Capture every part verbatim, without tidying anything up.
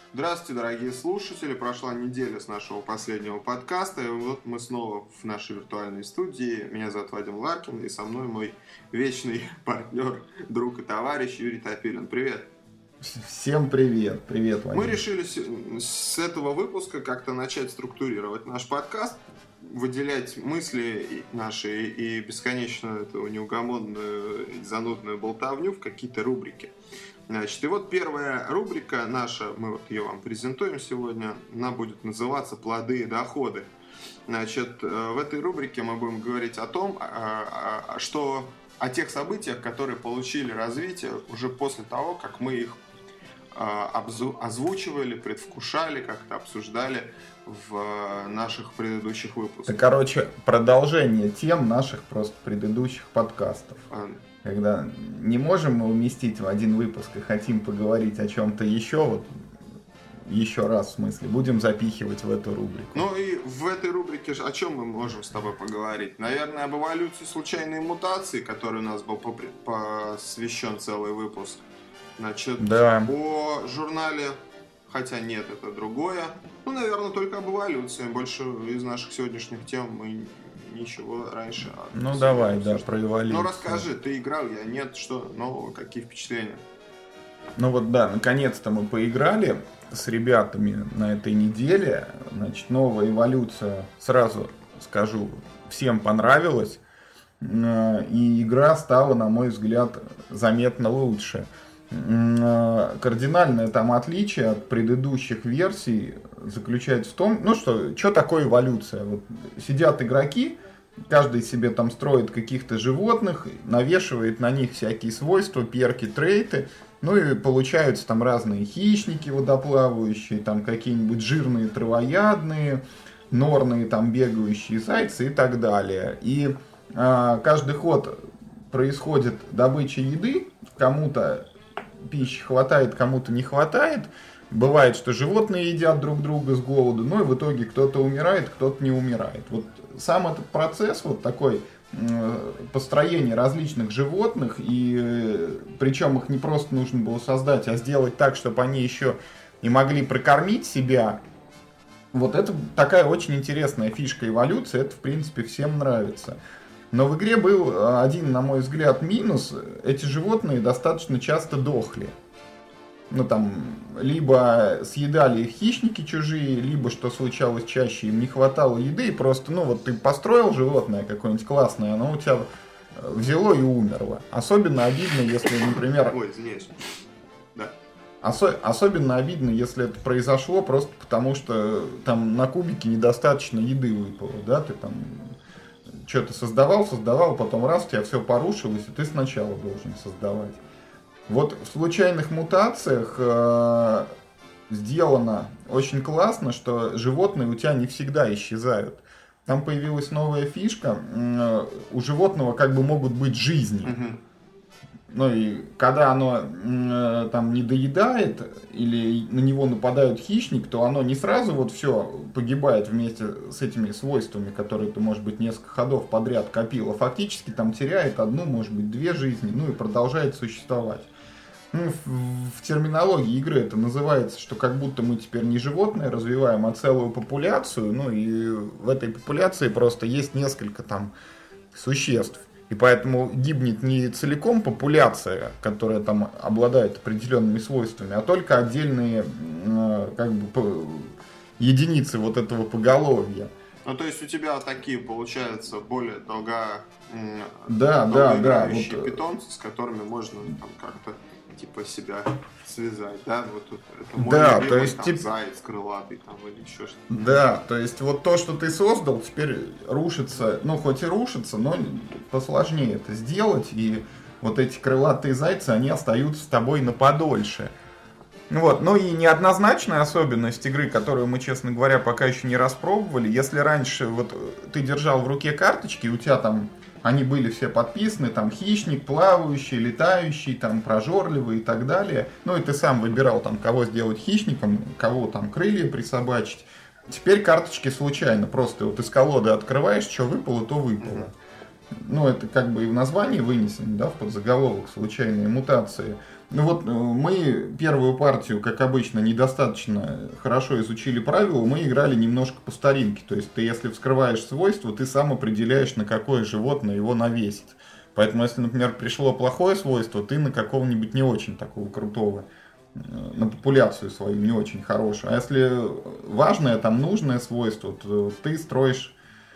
Здравствуйте, дорогие слушатели. Прошла неделя с нашего последнего подкаста, и вот мы снова в нашей виртуальной студии. Меня зовут Вадим Ларкин, и со мной мой вечный партнер, друг и товарищ Юрий Топилин. Привет! Всем привет! Привет, Вадим! Мы решили с этого выпуска как-то начать структурировать наш подкаст, выделять мысли наши и бесконечную эту неугомонную и занудную болтовню в какие-то рубрики. Значит, и вот первая рубрика наша, мы вот ее вам презентуем сегодня, она будет называться «Плоды и доходы». Значит, в этой рубрике мы будем говорить о том, что о тех событиях, которые получили развитие уже после того, как мы их озвучивали, предвкушали, как-то обсуждали в наших предыдущих выпусках. Это, короче, продолжение тем наших просто предыдущих подкастов. А... Когда не можем мы уместить в один выпуск и хотим поговорить о чем-то еще, вот еще раз в смысле, будем запихивать в эту рубрику. Ну и в этой рубрике о чем мы можем с тобой поговорить? Наверное, об эволюции случайной мутации, который у нас был посвящен целый выпуск. Значит, да. О журнале, хотя нет, это другое. Ну, наверное, только об эволюции. Больше из наших сегодняшних тем мы ничего раньше. Ну давай, да, про эволюцию. Ну расскажи, ты играл, я нет, что нового, какие впечатления? Ну вот да, наконец-то мы поиграли с ребятами на этой неделе. Значит, новая эволюция, сразу скажу, всем понравилась. И игра стала, на мой взгляд, заметно лучше. Кардинальное там отличие от предыдущих версий заключается в том, ну что, что такое эволюция? Вот сидят игроки, каждый себе там строит каких-то животных, навешивает на них всякие свойства, перки, трейты, ну и получаются там разные хищники водоплавающие, там какие-нибудь жирные травоядные, норные там бегающие зайцы и так далее. И а, каждый ход происходит добыча еды, кому-то пищи хватает, кому-то не хватает. Бывает, что животные едят друг друга с голоду, но и в итоге кто-то умирает, кто-то не умирает. Вот сам этот процесс, вот такой э, построение различных животных, и э, причем их не просто нужно было создать, а сделать так, чтобы они еще и могли прокормить себя. Вот это такая очень интересная фишка эволюции, это в принципе всем нравится. Но в игре был один, на мой взгляд, минус. Эти животные достаточно часто дохли. Ну там, либо съедали их хищники чужие, либо, что случалось чаще, им не хватало еды, и просто, ну вот ты построил животное какое-нибудь классное, оно у тебя взяло и умерло. Особенно обидно, если, например... Ой, извиняюсь. Да. Осо- особенно обидно, если это произошло просто потому, что там на кубике недостаточно еды выпало, да, ты там... Что-то создавал, создавал, потом раз, у тебя все порушилось, и ты сначала должен создавать. Вот в случайных мутациях э, сделано очень классно, что животные у тебя не всегда исчезают. Там появилась новая фишка, э, у животного как бы могут быть жизни. Mm-hmm. Ну и когда оно э, там не доедает или на него нападает хищник, то оно не сразу вот все погибает вместе с этими свойствами, которые ты, может быть, несколько ходов подряд копил, а фактически там теряет одну, может быть, две жизни, ну и продолжает существовать. Ну, в, в терминологии игры это называется, что как будто мы теперь не животное развиваем, а целую популяцию, ну и в этой популяции просто есть несколько там существ. И поэтому гибнет не целиком популяция, которая там обладает определенными свойствами, а только отдельные как бы, единицы вот этого поголовья. Ну, то есть у тебя такие, получается, более долго да, да, да, вот, питомцы, с которыми можно там как-то типа себя связать, да, вот тут это мой да, любимый, то есть там, тип... заяц крылатый там или еще что-то. Да, то есть вот то, что ты создал, теперь рушится, ну хоть и рушится, но посложнее это сделать, и вот эти крылатые зайцы, они остаются с тобой на подольше. Вот, ну и неоднозначная особенность игры, которую мы, честно говоря, пока еще не распробовали, если раньше вот ты держал в руке карточки, у тебя там они были все подписаны, там хищник, плавающий, летающий, там прожорливый и так далее. Ну и ты сам выбирал, там, кого сделать хищником, кого там крылья присобачить. Теперь карточки случайно, просто вот из колоды открываешь, что выпало, то выпало. Ну это как бы и в названии вынесено, да, в подзаголовок случайные мутации. Ну вот мы первую партию, как обычно, недостаточно хорошо изучили правила, мы играли немножко по старинке. То есть ты, если вскрываешь свойства, ты сам определяешь, на какое животное его навесить. Поэтому, если, например, пришло плохое свойство, ты на какого-нибудь не очень такого крутого, на популяцию свою не очень хорошую. А если важное, там нужное свойство, то ты строишь,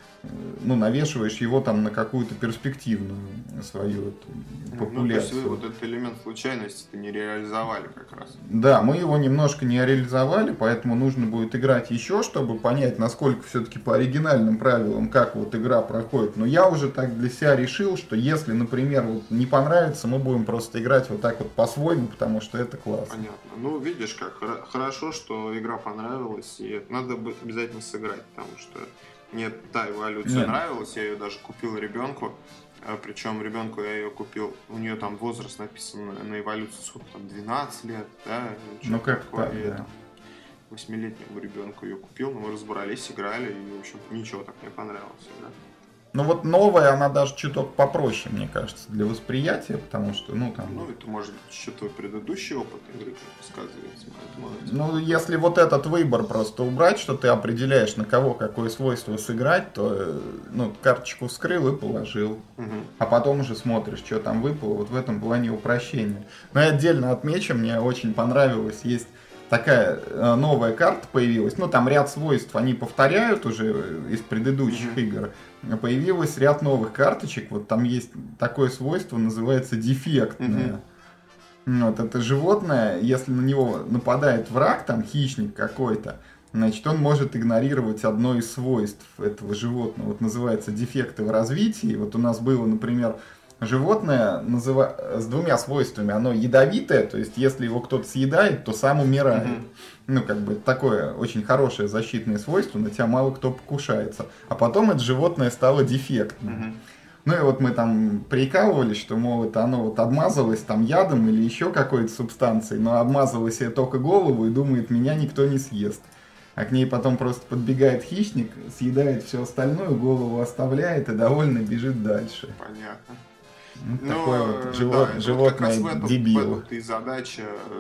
ну, навешиваешь его там на какую-то перспективную свою эту популяцию. Ну, то есть вы вот этот элемент случайности не реализовали как раз. Да, мы его немножко не реализовали, поэтому нужно будет играть еще, чтобы понять, насколько все-таки по оригинальным правилам, как вот игра проходит. Но я уже так для себя решил, что если, например, вот не понравится, мы будем просто играть вот так вот по-своему, потому что это классно. Понятно. Ну, видишь, как хорошо, что игра понравилась, и надо будет обязательно сыграть, потому что мне та эволюция Нет. нравилась, я ее даже купил ребенку, причем ребенку я ее купил, у нее там возраст написан на эволюцию, сколько там, двенадцать лет, да? Ну как так, да. восьмилетнему ребенку ее купил, но мы разобрались, играли, и, в общем, ничего так не понравилось, да. Ну вот новая, она даже чуток попроще, мне кажется, для восприятия, потому что, ну там... Ну это может быть еще твой предыдущий опыт игры сказывается. Ну если вот этот выбор просто убрать, что ты определяешь, на кого какое свойство сыграть, то, ну, карточку вскрыл и положил. Угу. А потом уже смотришь, что там выпало, вот в этом плане упрощения. Но я отдельно отмечу, мне очень понравилось, есть... Такая новая карта появилась, ну там ряд свойств они повторяют уже из предыдущих mm-hmm. игр. Появилось ряд новых карточек, вот там есть такое свойство, называется дефектное. Mm-hmm. Вот это животное, если на него нападает враг, там хищник какой-то, значит он может игнорировать одно из свойств этого животного. Вот называется дефекты в развитии. Вот у нас было, например, животное называ... с двумя свойствами. Оно ядовитое, то есть если его кто-то съедает, то сам умирает. Mm-hmm. Ну, как бы такое очень хорошее защитное свойство, на тебя мало кто покушается. А потом это животное стало дефектным. Mm-hmm. Ну и вот мы там прикалывались, что, мол, это оно вот обмазалось там ядом или еще какой-то субстанцией, но обмазало себе только голову и думает, меня никто не съест. А к ней потом просто подбегает хищник, съедает все остальное, голову оставляет и довольно бежит дальше. Понятно. Ну, ну, такое вот живот, да, животное вот этом, дебил. И задача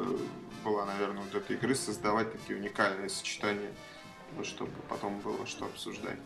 была, наверное, вот этой игры создавать такие уникальные сочетания, чтобы потом было что обсуждать.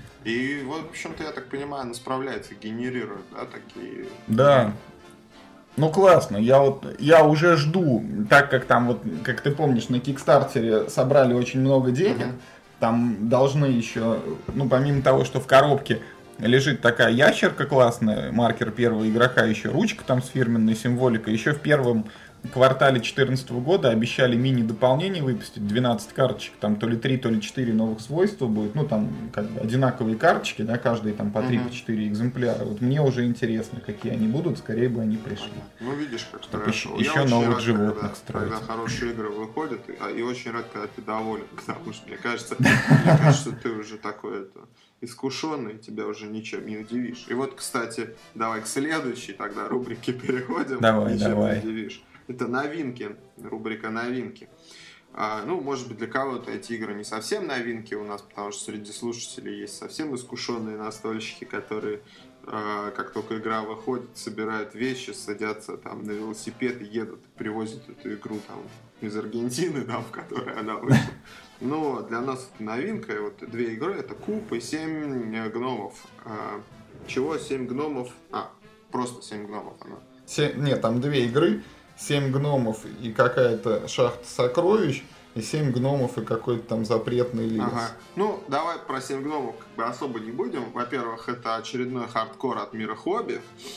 И вот, в общем-то, я так понимаю, она справляется, генерирует, да, такие... Да. Ну классно, я вот я уже жду, так как там вот, как ты помнишь, на Кикстартере собрали очень много денег, uh-huh. там должны еще, ну помимо того, что в коробке лежит такая ящерка классная, маркер первого игрока, еще ручка там с фирменной символикой, еще в первом квартале две тысячи четырнадцатого года обещали мини-дополнение выпустить, двенадцать карточек, там то ли три, то ли четыре новых свойства будет, ну там как бы одинаковые карточки, да, каждый там по три-четыре uh-huh. экземпляра. Вот мне уже интересно, какие они будут, скорее бы они пришли. Ну видишь, как чтобы еще, еще новых рад, животных когда, строить. Когда хорошие игры выходят, и, и очень рад, когда ты доволен, потому что мне кажется, мне кажется, что ты уже такой это, искушенный, тебя уже ничем не удивишь. И вот, кстати, давай к следующей тогда рубрике переходим. Давай, ничем давай. не удивишь. Это новинки, рубрика новинки. А, ну, может быть, для кого-то эти игры не совсем новинки у нас, потому что среди слушателей есть совсем искушенные настольщики, которые, а, как только игра выходит, собирают вещи, садятся там на велосипед и едут, привозят эту игру там из Аргентины, там, в которой она вышла. Но для нас это новинка. Вот две игры, это Куб и семь гномов. А, чего семь гномов? А, просто семь гномов она. Семь, нет, там две игры. Семь гномов и какая-то шахта сокровищ, и семь гномов и какой-то там запретный лес. Ага. Ну, давай про семь гномов как бы особо не будем. Во-первых, это очередной хардкор от мира хобби.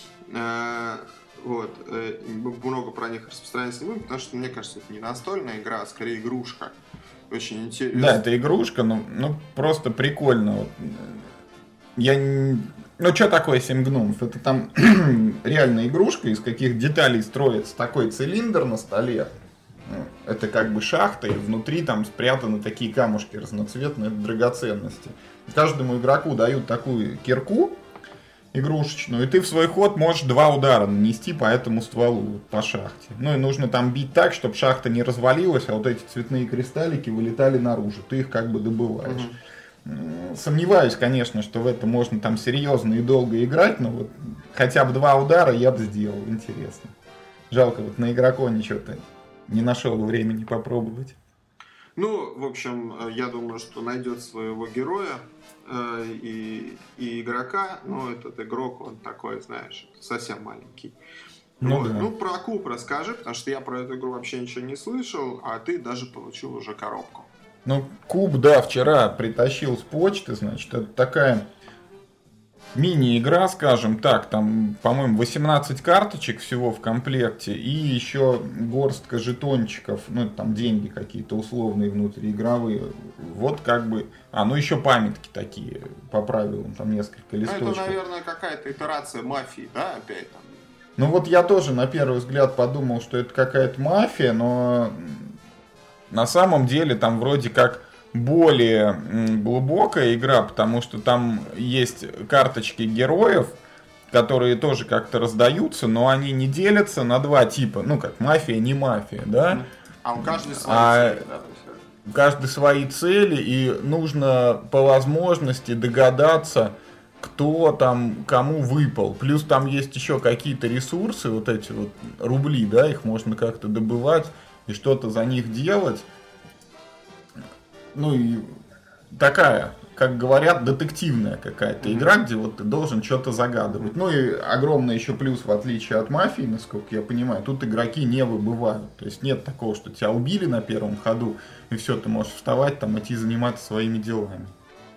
Э-э- вот. Э- много про них распространяться не будем, потому что, мне кажется, это не настольная игра, а скорее игрушка. Очень интересно. Да, это игрушка, но ну, просто прикольно. Вот. Я не... Ну, что такое семь гномов? Это там реально игрушка, из каких деталей строится такой цилиндр на столе. Это как бы шахта, и внутри там спрятаны такие камушки разноцветные, это драгоценности. Каждому игроку дают такую кирку игрушечную, и ты в свой ход можешь два удара нанести по этому стволу, по шахте. Ну и нужно там бить так, чтобы шахта не развалилась, а вот эти цветные кристаллики вылетали наружу. Ты их как бы добываешь. Mm-hmm. Сомневаюсь, конечно, что в это можно там серьезно и долго играть, но вот хотя бы два удара я бы сделал, интересно. Жалко, вот на игроконе что-то не нашел времени попробовать. Ну, в общем, я думаю, что найдет своего героя э, и, и игрока. Но этот игрок, он такой, знаешь, совсем маленький. Ну, вот. да. Ну, про Куб расскажи, потому что я про эту игру вообще ничего не слышал, а ты даже получил уже коробку. Ну, Куб, да, вчера притащил с почты, значит, это такая мини-игра, скажем так, там, по-моему, восемнадцать карточек всего в комплекте и еще горстка жетончиков, ну, там деньги какие-то условные внутриигровые. Вот как бы... А, ну еще памятки такие, по правилам, там несколько листочков. Ну, это, наверное, какая-то итерация мафии, да, опять там? Ну вот я тоже на первый взгляд подумал, что это какая-то мафия, но на самом деле там вроде как более глубокая игра, потому что там есть карточки героев, которые тоже как-то раздаются, но они не делятся на два типа, ну как мафия, не мафия, да? А у каждой свои а цели, да? У каждой свои цели, и нужно по возможности догадаться, кто там кому выпал. Плюс там есть еще какие-то ресурсы, вот эти вот рубли, да, их можно как-то добывать и что-то за них делать. Ну и такая, как говорят, детективная какая-то mm-hmm. игра, где вот ты должен что-то загадывать. Mm-hmm. Ну и огромный еще плюс, в отличие от мафии, насколько я понимаю, тут игроки не выбывают. То есть нет такого, что тебя убили на первом ходу, и все, ты можешь вставать, там, идти заниматься своими делами.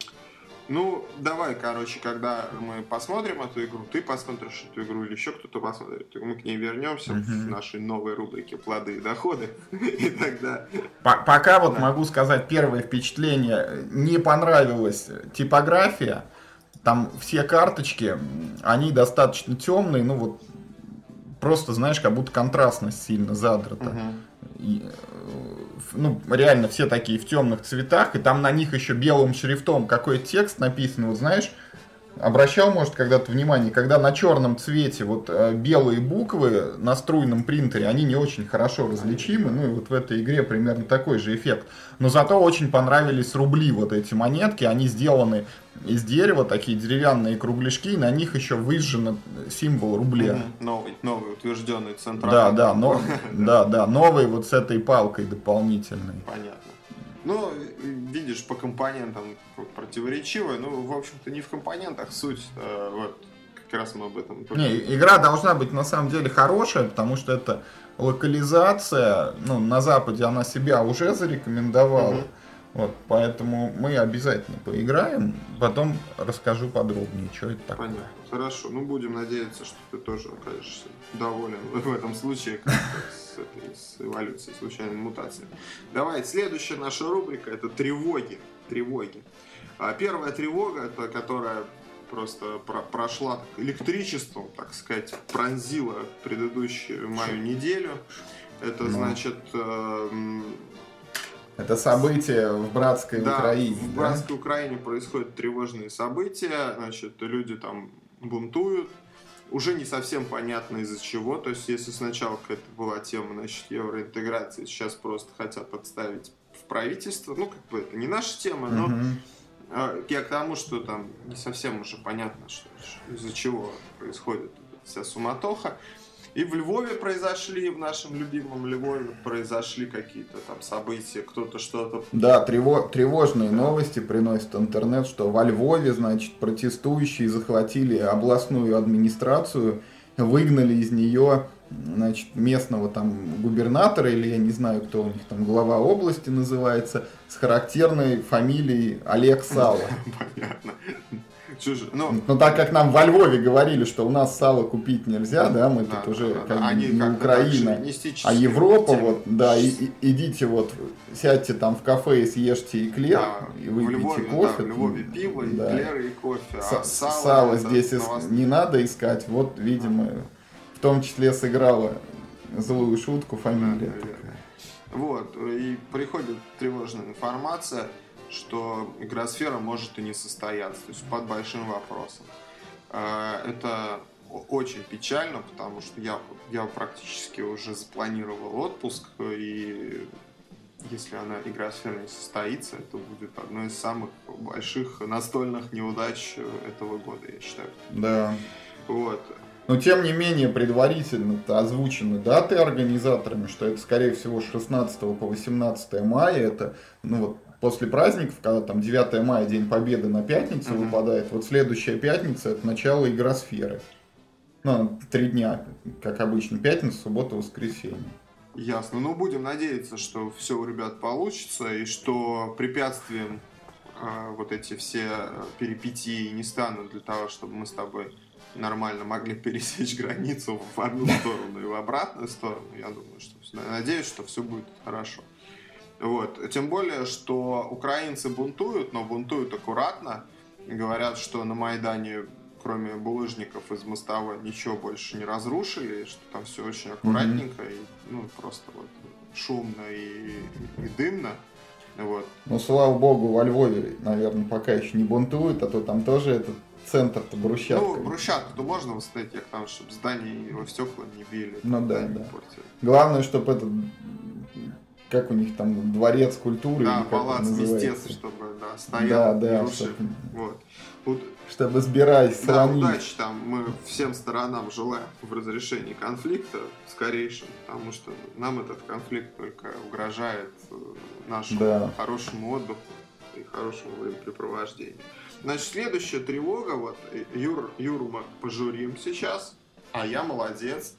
Ну, давай, короче, когда мы посмотрим эту игру, ты посмотришь эту игру или еще кто-то посмотрит, мы к ней вернемся uh-huh. в нашей новой рубрике «Плоды и доходы». И тогда... Пока вот могу сказать первое впечатление. Не понравилась типография. Там все карточки, они достаточно темные, ну вот просто, знаешь, как будто контрастность сильно задрата. Uh-huh. И, ну, реально все такие в темных цветах, и там на них еще белым шрифтом какой текст написан, вот знаешь, обращал, может, когда-то внимание, когда на черном цвете вот белые буквы на струйном принтере, они не очень хорошо различимы, ну и вот в этой игре примерно такой же эффект. Но зато очень понравились рубли, вот эти монетки, они сделаны из дерева, такие деревянные кругляшки, и на них еще выжжен символ рубля. Mm-hmm. Новый, новый утвержденный центральный. Да, да, но, да, да, новый вот с этой палкой дополнительной. Понятно. Ну, видишь, по компонентам противоречиво, ну, в общем-то, не в компонентах суть, а вот как раз мы об этом... Не, игра должна быть на самом деле хорошая, потому что это локализация, ну, на Западе она себя уже зарекомендовала, угу. Вот, поэтому мы обязательно поиграем, потом расскажу подробнее, что это такое. Понятно, хорошо, ну, будем надеяться, что ты тоже окажешься доволен в этом случае, как с, этой, с эволюцией, случайной мутацией. Давай, следующая наша рубрика — это тревоги. Тревоги. Первая тревога, это которая просто про- прошла электричеством, так сказать, пронзила предыдущую мою неделю. Это ну. значит... Э- Это события в братской да, Украине. В да? братской Украине происходят тревожные события, значит, люди там бунтуют. Уже не совсем понятно из-за чего. То есть, если сначала какая-то была тема, значит, евроинтеграции, сейчас просто хотят отставить в правительство. Ну, как бы это не наша тема, но uh-huh. я к тому, что там не совсем уже понятно, что, из-за чего происходит вся суматоха. И в Львове произошли, в нашем любимом Львове произошли какие-то там события, кто-то что-то... Да, трево- тревожные да. новости приносит интернет, что во Львове, значит, протестующие захватили областную администрацию, выгнали из нее, значит, местного там губернатора, или я не знаю, кто у них там, глава области называется, с характерной фамилией Олег Сало. Понятно. Чужие. Ну, Но так как нам во Львове говорили, что у нас сало купить нельзя, да, мы да, тут да, уже да, как да. Они не Украина, а Европа, вот, да, и, и, идите вот, сядьте там в кафе и съешьте эклер, да, и выпейте Львове, кофе. Да, в Львове пиво, да. эклеры и кофе, а С- сало, сало это здесь ис- не надо искать, вот, видимо, а. в том числе сыграла злую шутку фамилия. Да, вот, и приходит тревожная информация, что игросфера может и не состояться, то есть под большим вопросом. Это очень печально, потому что я, я практически уже запланировал отпуск, и если она, игросфера, не состоится, это будет одной из самых больших настольных неудач этого года, я считаю. Да. Вот. Но тем не менее предварительно-то озвучены даты организаторами, что это скорее всего с шестнадцатого по восемнадцатое мая. Это ну, вот, после праздников, когда там девятое мая, День Победы на пятницу uh-huh. выпадает. Вот следующая пятница это начало игросферы. Ну, три дня, как обычно, пятница, суббота, воскресенье. Ясно. Ну, будем надеяться, что все у ребят получится, и что препятствием э, вот эти все перипетии не станут для того, чтобы мы с тобой нормально могли пересечь границу в одну сторону и в обратную сторону. Я думаю, что надеюсь, что все будет хорошо. Вот. Тем более, что украинцы бунтуют, но бунтуют аккуратно. Говорят, что на Майдане, кроме булыжников из мостовой, ничего больше не разрушили, что там все очень аккуратненько, mm-hmm. и ну, просто вот шумно и, и дымно. Вот. Ну, слава богу, во Львове, наверное, пока еще не бунтуют, а то там тоже этот центр-то брусчатка. Ну, брусчатку-то можно восстановить, как там, чтобы здание его стекла не били. Ну да, да. Портили. Главное, чтобы этот, как у них там, дворец культуры. Да, палац мистецтв, чтобы да, стоял, да, да, не рушил. Чтобы... Вот. Вот. Чтобы сбирать, да, слонить. Удачи там. Мы всем сторонам желаем в разрешении конфликта скорейшем, потому что нам этот конфликт только угрожает нашему да. хорошему отдыху и хорошему времяпрепровождению. Значит, следующая тревога, вот, Юр, Юру мы пожурим сейчас, а я молодец,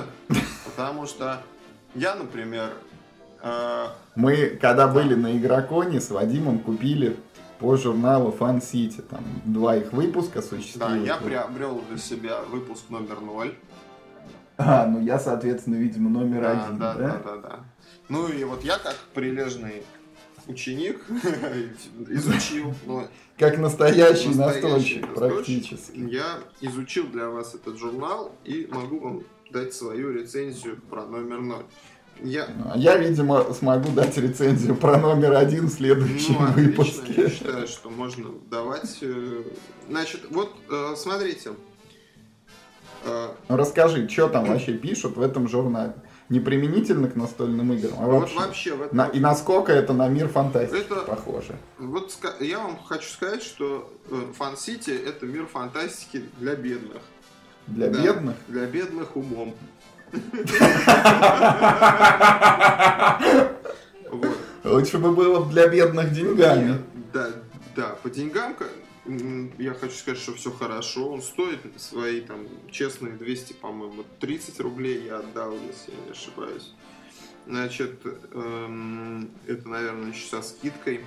потому что я, например... Э... Мы, когда были на Игроконе, с Вадимом купили по журналу Fun City, там два их выпуска существуют. Да, я приобрел для себя выпуск номер ноль. А, ну я, соответственно, видимо, номер да, один, да? Да, да, да, да. Ну и вот я, как прилежный ученик, изучил, но... Как настоящий, настоящий настольщик, практически. Я изучил для вас этот журнал и могу вам дать свою рецензию про номер ноль. Я... я, видимо, смогу дать рецензию про номер один в следующем ну, выпуске. Отлично. Я считаю, что можно давать. Значит, вот смотрите. Ну, расскажи, что там вообще пишут в этом журнале? Не применительно к настольным играм, а вот вообще. вообще в этом... на, и насколько это на мир фантастики это... похоже? Вот я вам хочу сказать, что Fun City это мир фантастики для бедных. Для да, бедных? Для бедных умом. Лучше бы было для бедных деньгами. Да, да, по деньгам я хочу сказать, что все хорошо. Он стоит свои там честные двести, по-моему, тридцать рублей я отдал, если я не ошибаюсь. Значит, эм, это, наверное, еще со скидкой.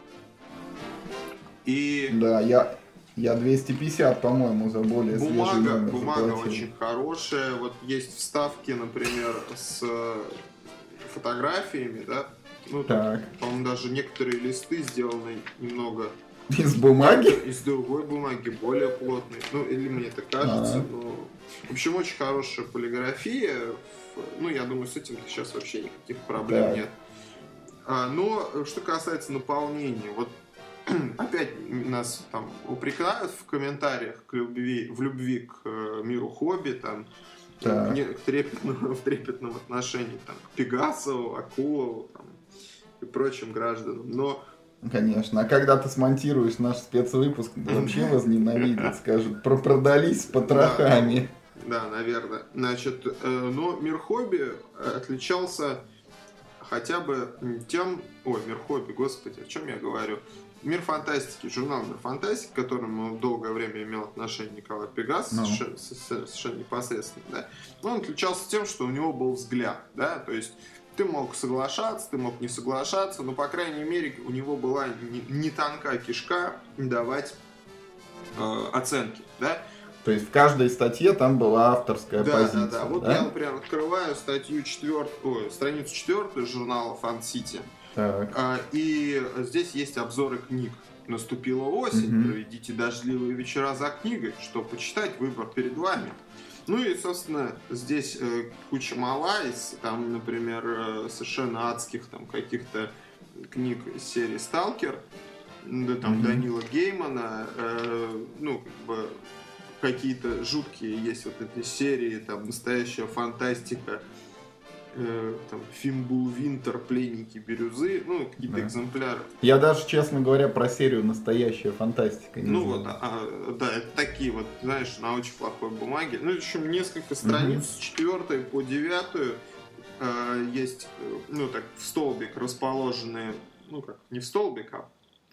И... Да, я, я двести пятьдесят, по-моему, за более бумага, свежий номер бумага заплатил. очень хорошая. Вот есть вставки, например, с фотографиями, да? Ну, так. Там, по-моему, даже некоторые листы сделаны немного... Из бумаги? Из другой бумаги, более плотной. Ну, или мне так кажется. Но... В общем, очень хорошая полиграфия. Ну, я думаю, с этим сейчас вообще никаких проблем так. нет. А, но, что касается наполнения, вот опять нас там упрекают в комментариях к любви, в любви к миру хобби, там, к трепетному, в трепетном отношении там, к Пегасову, Акулову там, и прочим гражданам. Но конечно. А когда ты смонтируешь наш спецвыпуск, вообще возненавидят, скажут, продались с потрохами. Да, да, наверное. Значит, э, но мир хобби отличался хотя бы тем... Ой, мир хобби, господи, о чем я говорю? Мир фантастики, журнал «Мир фантастики», к которому долгое время имел отношение Николай Пегас, no. совершенно, совершенно непосредственно, да, он отличался тем, что у него был взгляд, да, то есть ты мог соглашаться, ты мог не соглашаться, но, по крайней мере, у него была не, не тонкая кишка давать э, оценки, да. То есть в каждой статье там была авторская да, позиция. Да, да, да. Вот да? я, например, открываю статью четвертую, страницу четвертую журнала Fun City. Так. А, и здесь есть обзоры книг. Наступила осень, mm-hmm. проведите дождливые вечера за книгой, что почитать, выбор перед вами. Ну и, собственно, здесь э, куча мала из, там, например, э, совершенно адских там каких-то книг из серии «Сталкер», да, там, mm-hmm. Данила Геймана, э, ну, как бы какие-то жуткие есть вот эти серии, там, настоящая фантастика, э, там, Фимбул Винтер, Пленники Бирюзы, ну, какие-то да. экземпляры. Я даже, честно говоря, про серию «Настоящая фантастика» не Ну знаю. вот, а, да, это такие вот, знаешь, на очень плохой бумаге. Ну, еще несколько страниц, с четвертой по девятую э, есть, ну, так, в столбик расположенные, ну, как, не в столбик, а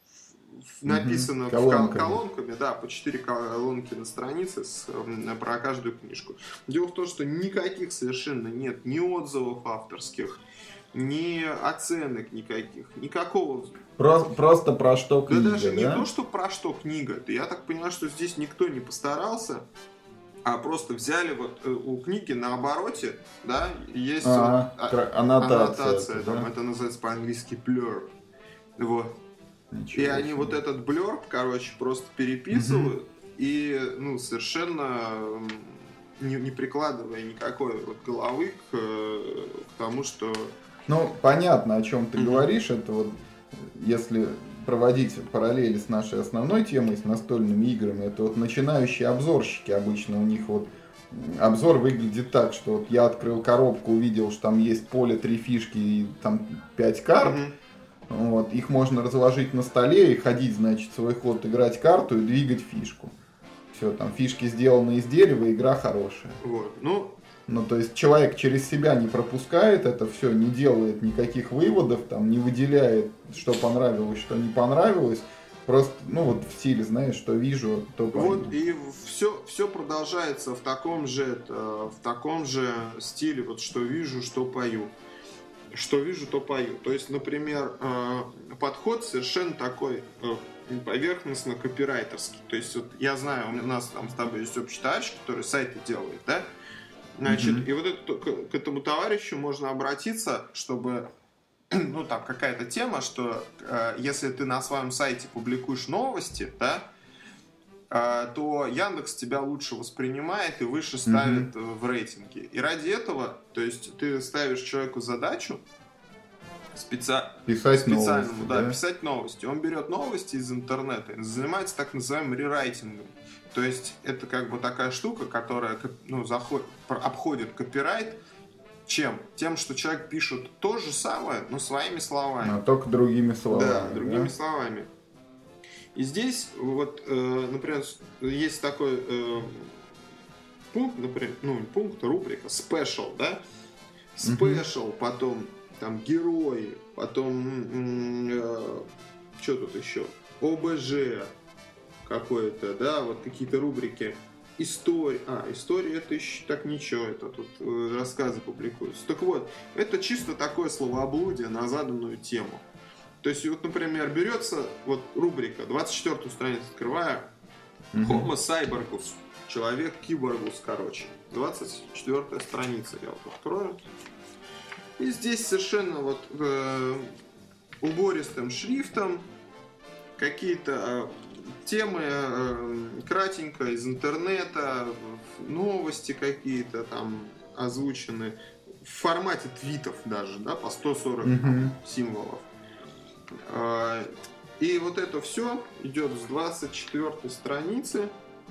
написано колонками. в колонками, да, по четыре колонки на странице с, про каждую книжку. Дело в том, что никаких совершенно нет ни отзывов авторских, ни оценок никаких, никакого. Просто, просто про что книга, да? даже да? не то, что про что книга. Я так понимаю, что здесь никто не постарался, а просто взяли вот у книги на обороте, да, есть а, вот, а, аннотация, аннотация это, там, да? это называется по-английски blurb. Вот. Ничего и они себе. вот этот блёрб, короче, просто переписывают угу. и, ну, совершенно не, не прикладывая никакой вот головы к, к тому, что... Ну, понятно, о чем ты угу. говоришь. Это вот, если проводить параллели с нашей основной темой, с настольными играми, это вот начинающие обзорщики обычно, у них вот обзор выглядит так, что вот я открыл коробку, увидел, что там есть поле, три фишки и там пять карт. Угу. Вот, их можно разложить на столе и ходить, значит, свой ход, играть карту и двигать фишку. Все, там фишки сделаны из дерева, игра хорошая. Вот, ну... Ну, то есть человек через себя не пропускает это все, не делает никаких выводов, там, не выделяет, что понравилось, что не понравилось. Просто, ну, вот в стиле, знаешь, что вижу, то пойму. Вот, и все, все продолжается в таком же, в таком же стиле, вот что вижу, что пою. Что вижу, то пою. То есть, например, подход совершенно такой поверхностно-копирайтерский. То есть, вот я знаю, у нас там с тобой есть общий товарищ, который сайты делает, да? Значит, mm-hmm. и вот это, к, к этому товарищу можно обратиться, чтобы, ну, там, какая-то тема, что э, если ты на своем сайте публикуешь новости, да, э, то Яндекс тебя лучше воспринимает и выше ставит mm-hmm. в рейтинге. И ради этого, то есть, ты ставишь человеку задачу специ... писать специальному, новости, да, да? писать новости. Он берет новости из интернета и занимается так называемым рерайтингом. То есть это как бы такая штука, которая, ну, заходит, обходит копирайт. Чем? Тем, что человек пишет то же самое, но своими словами. Но только другими словами. Да, другими да? словами. И здесь, вот, э, например, есть такой э, пункт, например, ну, пункт, рубрика special, да? Special, uh-huh. потом там герои, потом э, что тут еще? о бэ жэ какое-то, да, вот какие-то рубрики. История. А, история это еще так ничего, это тут э, рассказы публикуются. Так вот, это чисто такое словоблудие на заданную тему. То есть, вот, например, берется вот рубрика, двадцать четвёртую страницу открываю, mm-hmm. Homo cyborgus, человек-киборгус, короче. двадцать четвёртая страница я вот открою. И здесь совершенно вот э, убористым шрифтом какие-то э, темы э, кратенько из интернета, новости какие-то там озвучены в формате твитов даже, да, по сто сорок mm-hmm. символов. Э, и вот это все идет с двадцать четвёртой страницы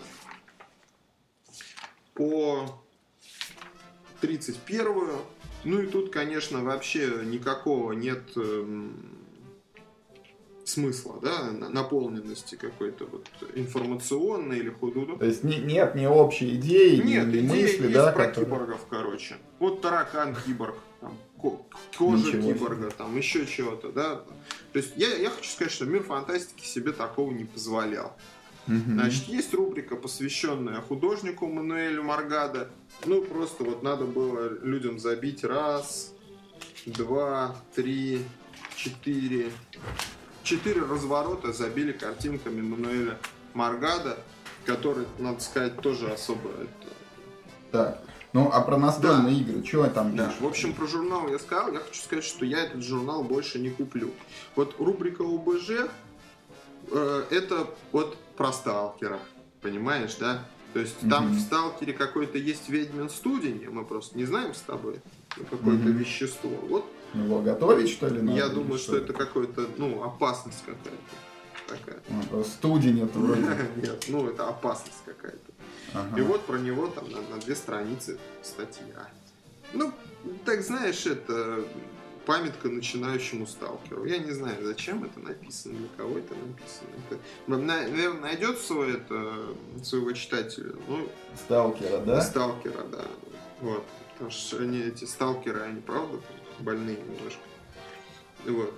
по тридцать первую. Ну и тут, конечно, вообще никакого нет э, смысла, да, наполненности какой-то вот информационной или худо. То есть не, нет ни общей идеи, нет, ни идеи мысли, есть да, про которые... киборгов, короче. Вот таракан-киборг, там, кожа Ничего киборга, себе. Там еще чего-то, да. То есть я, я хочу сказать, что мир фантастики себе такого не позволял. Mm-hmm. Значит, есть рубрика, посвященная художнику Мануэлю Моргадо. Ну, просто вот надо было людям забить раз, два, три, четыре. Четыре разворота забили картинками Мануэля Моргадо, который, надо сказать, тоже особо... Это... Так, ну а про настольные да. игры, что там да. пишут? В общем, про журнал я сказал, я хочу сказать, что я этот журнал больше не куплю. Вот рубрика о бэ жэ, э, это вот про сталкера, понимаешь, да? То есть mm-hmm. там в сталкере какой-то есть ведьмин студень, мы просто не знаем с тобой, какое-то mm-hmm. вещество. Вот. Его готовить, что ли, надо? Я думаю, что, что это какая-то, ну, опасность какая-то. Такая. А, студень это вроде. Нет, ну это опасность какая-то. Ага. И вот про него там на, на две страницы статья. Ну, так знаешь, это памятка начинающему сталкеру. Я не знаю, зачем это написано, для кого это написано. Это, наверное, найдет свой, это, своего читателя. Ну, сталкера, да? Сталкера, да. Вот. Потому что они, эти сталкеры, они, правда, больные немножко. Вот.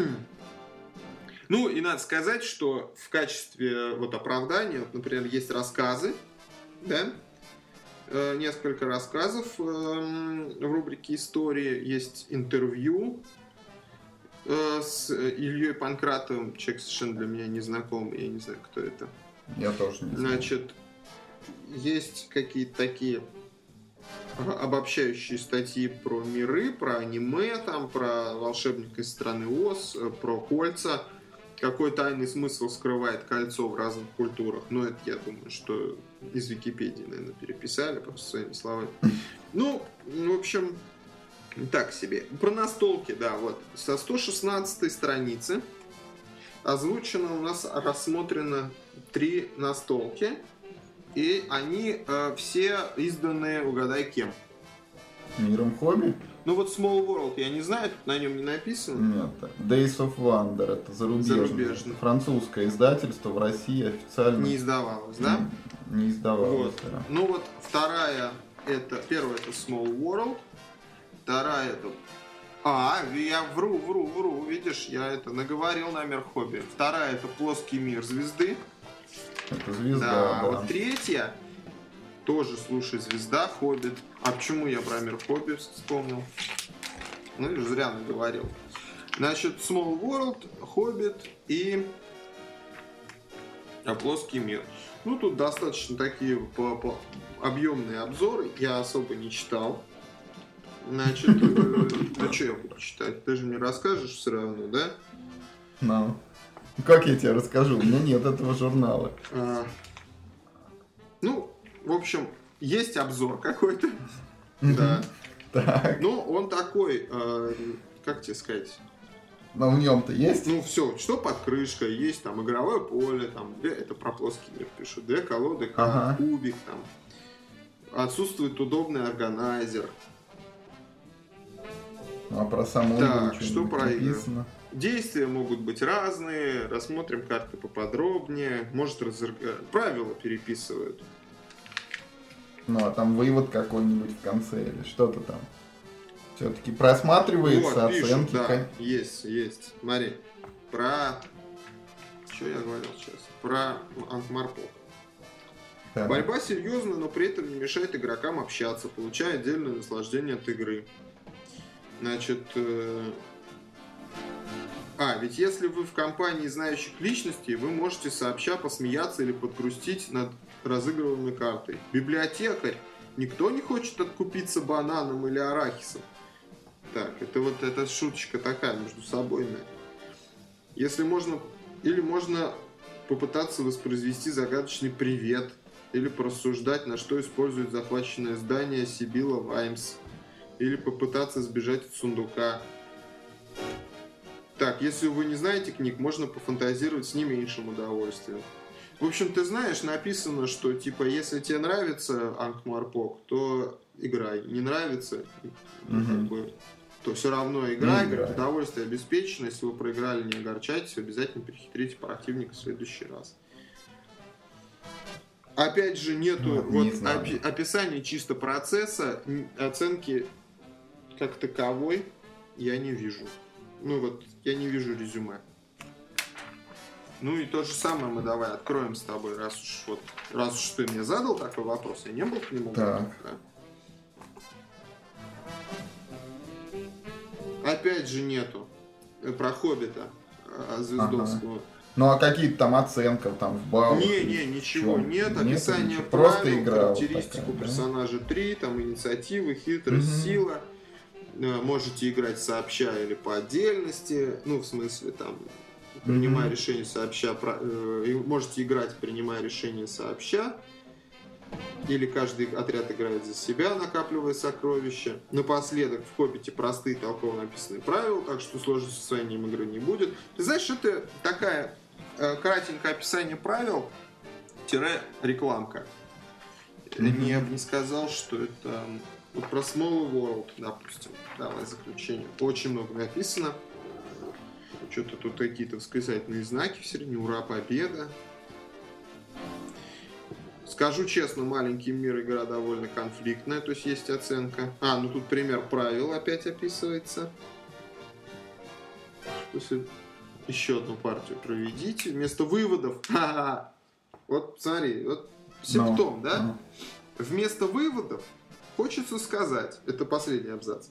Ну, и надо сказать, что в качестве вот оправдания, вот, например, есть рассказы, да, э, несколько рассказов э, в рубрике «Истории», есть интервью э, с Ильей Панкратовым, человек совершенно для меня незнакомый, я не знаю, кто это. Я тоже не знаю. Значит, есть какие-то такие обобщающие статьи про миры, про аниме, там, про волшебника из страны Оз, про кольца. Какой тайный смысл скрывает кольцо в разных культурах. Ну, это, я думаю, что из Википедии, наверное, переписали просто своими словами. Ну, в общем, так себе. Про настолки, да, вот. Со сто шестнадцатой страницы озвучено у нас, рассмотрено три настолки. И они э, все изданы, угадай, кем? Миром хобби? Ну вот Small World, я не знаю, тут на нем не написано. Нет, Days of Wonder, это зарубежное, зарубежное. Французское издательство, в России официально не издавалось, да? Не, не издавалось, вот. Да. Ну вот вторая, это, первая это Small World, вторая это... А, я вру, вру, вру, видишь, я это наговорил на мир хобби. Вторая это Плоский мир звезды. Это звезда, да. да. Вот третья, тоже, слушай, звезда, Хоббит. А почему я про мир хобби вспомнил? Ну, я зря наговорил. Значит, Small World, Хоббит и Плоский мир. Ну, тут достаточно такие по, по объемные обзоры. Я особо не читал. Значит, а что я буду читать? Ты же мне расскажешь все равно, да? Ну. Как я тебе расскажу? У меня нет этого журнала. А, ну, в общем, есть обзор какой-то. Да. Так. Ну, он такой, э, как тебе сказать? Но в нем-то есть? Ну, все, что под крышкой, есть там игровое поле, там, две, это про плоский мир пишут, две колоды, ага. кубик, там. Отсутствует удобный органайзер. А про саму так, игру что про игру? Написано? Действия могут быть разные, рассмотрим карты поподробнее, может разорг... правила переписывают. Ну, а там вывод какой-нибудь в конце или что-то там. Все-таки просматривается, вот, пишут, оценки. Да, есть, есть. Смотри, про... Что я говорил сейчас? Про Анкмарпок. Так. Борьба серьезная, но при этом не мешает игрокам общаться, получая отдельное наслаждение от игры. Значит... Э... А, ведь если вы в компании знающих личностей, вы можете сообща посмеяться или подгрустить над разыгрываемой картой. Библиотекарь. Никто не хочет откупиться бананом или арахисом. Так, это вот эта шуточка такая между собой. Если можно... Или можно попытаться воспроизвести загадочный привет. Или порассуждать, на что использует захваченное здание Сибила Ваймс. Или попытаться сбежать от сундука. Так, если вы не знаете книг, можно пофантазировать с не меньшим удовольствием. В общем, ты знаешь, написано, что, типа, если тебе нравится Анкмарпок, то играй. Не нравится, ну, как бы, то все равно играй. Говорит, удовольствие обеспечено. Если вы проиграли, не огорчайтесь. Обязательно перехитрите противника в следующий раз. Опять же, нету ну, не вот опи- описания чисто процесса, оценки как таковой я не вижу. Ну вот, я не вижу резюме. Ну и то же самое мы давай откроем с тобой, раз уж вот, раз уж ты мне задал такой вопрос, я не был к нему готов, да? Опять же нету про Хоббита Звездовского. Ага. Ну а какие-то там оценки там в баллах? Не, не, ничего нет. нет. Описание ничего. правил, просто игра характеристику вот такая, персонажа да? три, там инициатива, хитрость, угу. сила. Можете играть сообща или по отдельности, ну, в смысле, там, принимая mm-hmm. решение сообща, э, можете играть, принимая решение сообща, или каждый отряд играет за себя, накапливая сокровища. Напоследок в Хоббите простые толково написанные правила, так что сложности с освоением игры не будет. Ты знаешь, это такая э, кратенькое описание правил, тире рекламка. Mm-hmm. Я бы не сказал, что это... Вот про Small World, допустим. Давай заключение. Очень много написано. Что-то тут какие-то восклицательные знаки в середине. Ура, победа. Скажу честно, маленький мир, игра довольно конфликтная, то есть есть оценка. А, ну тут пример правил опять описывается. Еще одну партию проведите. Вместо выводов. Ха-ха. Вот смотри, вот симптом, no. да? No. Вместо выводов хочется сказать. Это последний абзац.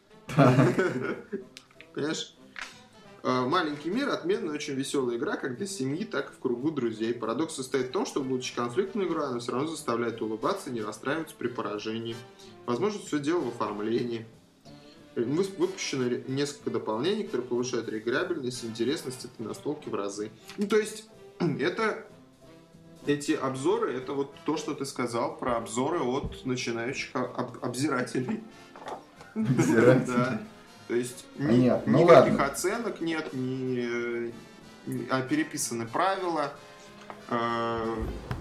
Понимаешь? Маленький мир — отменная, очень веселая игра, как для семьи, так и в кругу друзей. Парадокс состоит в том, что, будучи конфликтной игрой, она все равно заставляет улыбаться и не расстраиваться при поражении. Возможно, все дело в оформлении. Выпущено несколько дополнений, которые повышают реиграбельность и интересность этой настолки в разы. Ну, то есть, это, эти обзоры, это вот то, что ты сказал про обзоры от начинающих об, обзирателей. Обзирателей. То есть ни, нет, ну никаких ладно. оценок нет, ни, ни, а переписаны правила, э,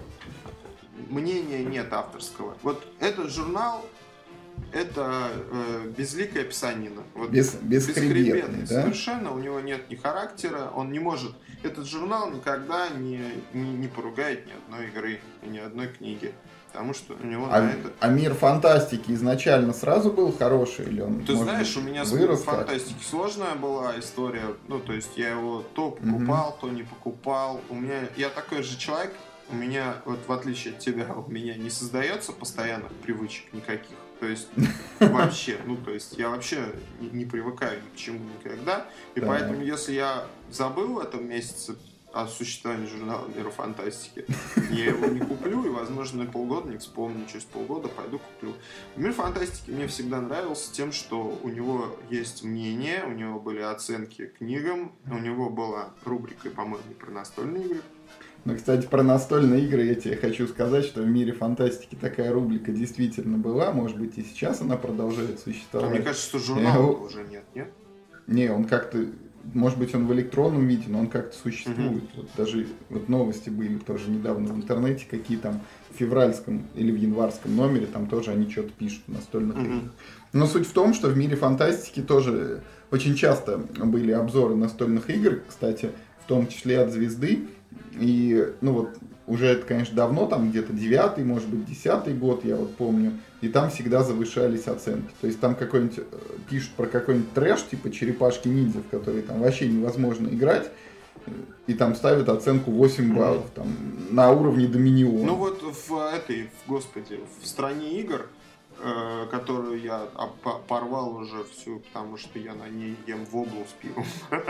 мнения нет авторского. Вот этот журнал — это э, безликая писанина. Вот, Без, бесхребетный, да? Совершенно, у него нет ни характера, он не может... Этот журнал никогда не, не, не поругает ни одной игры, ни одной книги. Потому что у него а, на это... а мир фантастики изначально сразу был хороший или он? Ты может, знаешь, у меня с миром фантастики сложная была история. Ну, то есть я его то покупал, mm-hmm. то не покупал. У меня, я такой же человек. У меня, вот в отличие от тебя, у меня не создается постоянных привычек никаких. То есть вообще, ну, то есть я вообще не, не привыкаю ни к чему никогда. И да. поэтому, если я забыл в этом месяце о существовании журнала «Мира фантастики», я его не куплю, и, возможно, на полгода не вспомню, через полгода пойду куплю. «Мир фантастики» мне всегда нравился тем, что у него есть мнение, у него были оценки книгам, у него была рубрика, по-моему, про настольные игры. Ну, кстати, про настольные игры я тебе хочу сказать, что в «Мире фантастики» такая рубрика действительно была, может быть, и сейчас она продолжает существовать. А мне кажется, что журнала его... уже нет, нет? Не, он как-то... Может быть, он в электронном виде, но он как-то существует. Mm-hmm. Вот даже вот новости были тоже недавно в интернете, какие там в февральском или в январском номере, там тоже они что-то пишут в настольных mm-hmm. играх. Но суть в том, что в «Мире фантастики» тоже очень часто были обзоры настольных игр, кстати, в том числе от «Звезды». И, ну вот, уже это, конечно, давно, там где-то девятый, может быть, десятый год, я вот помню, и там всегда завышались оценки. То есть там какой-нибудь, пишут про какой-нибудь трэш, типа «Черепашки-ниндзя», в который там вообще невозможно играть, и там ставят оценку восемь баллов, там, на уровне Доминиона. Ну вот в этой, в, господи, в «Стране игр», э, которую я порвал уже всю, потому что я на ней ем воблу с пивом.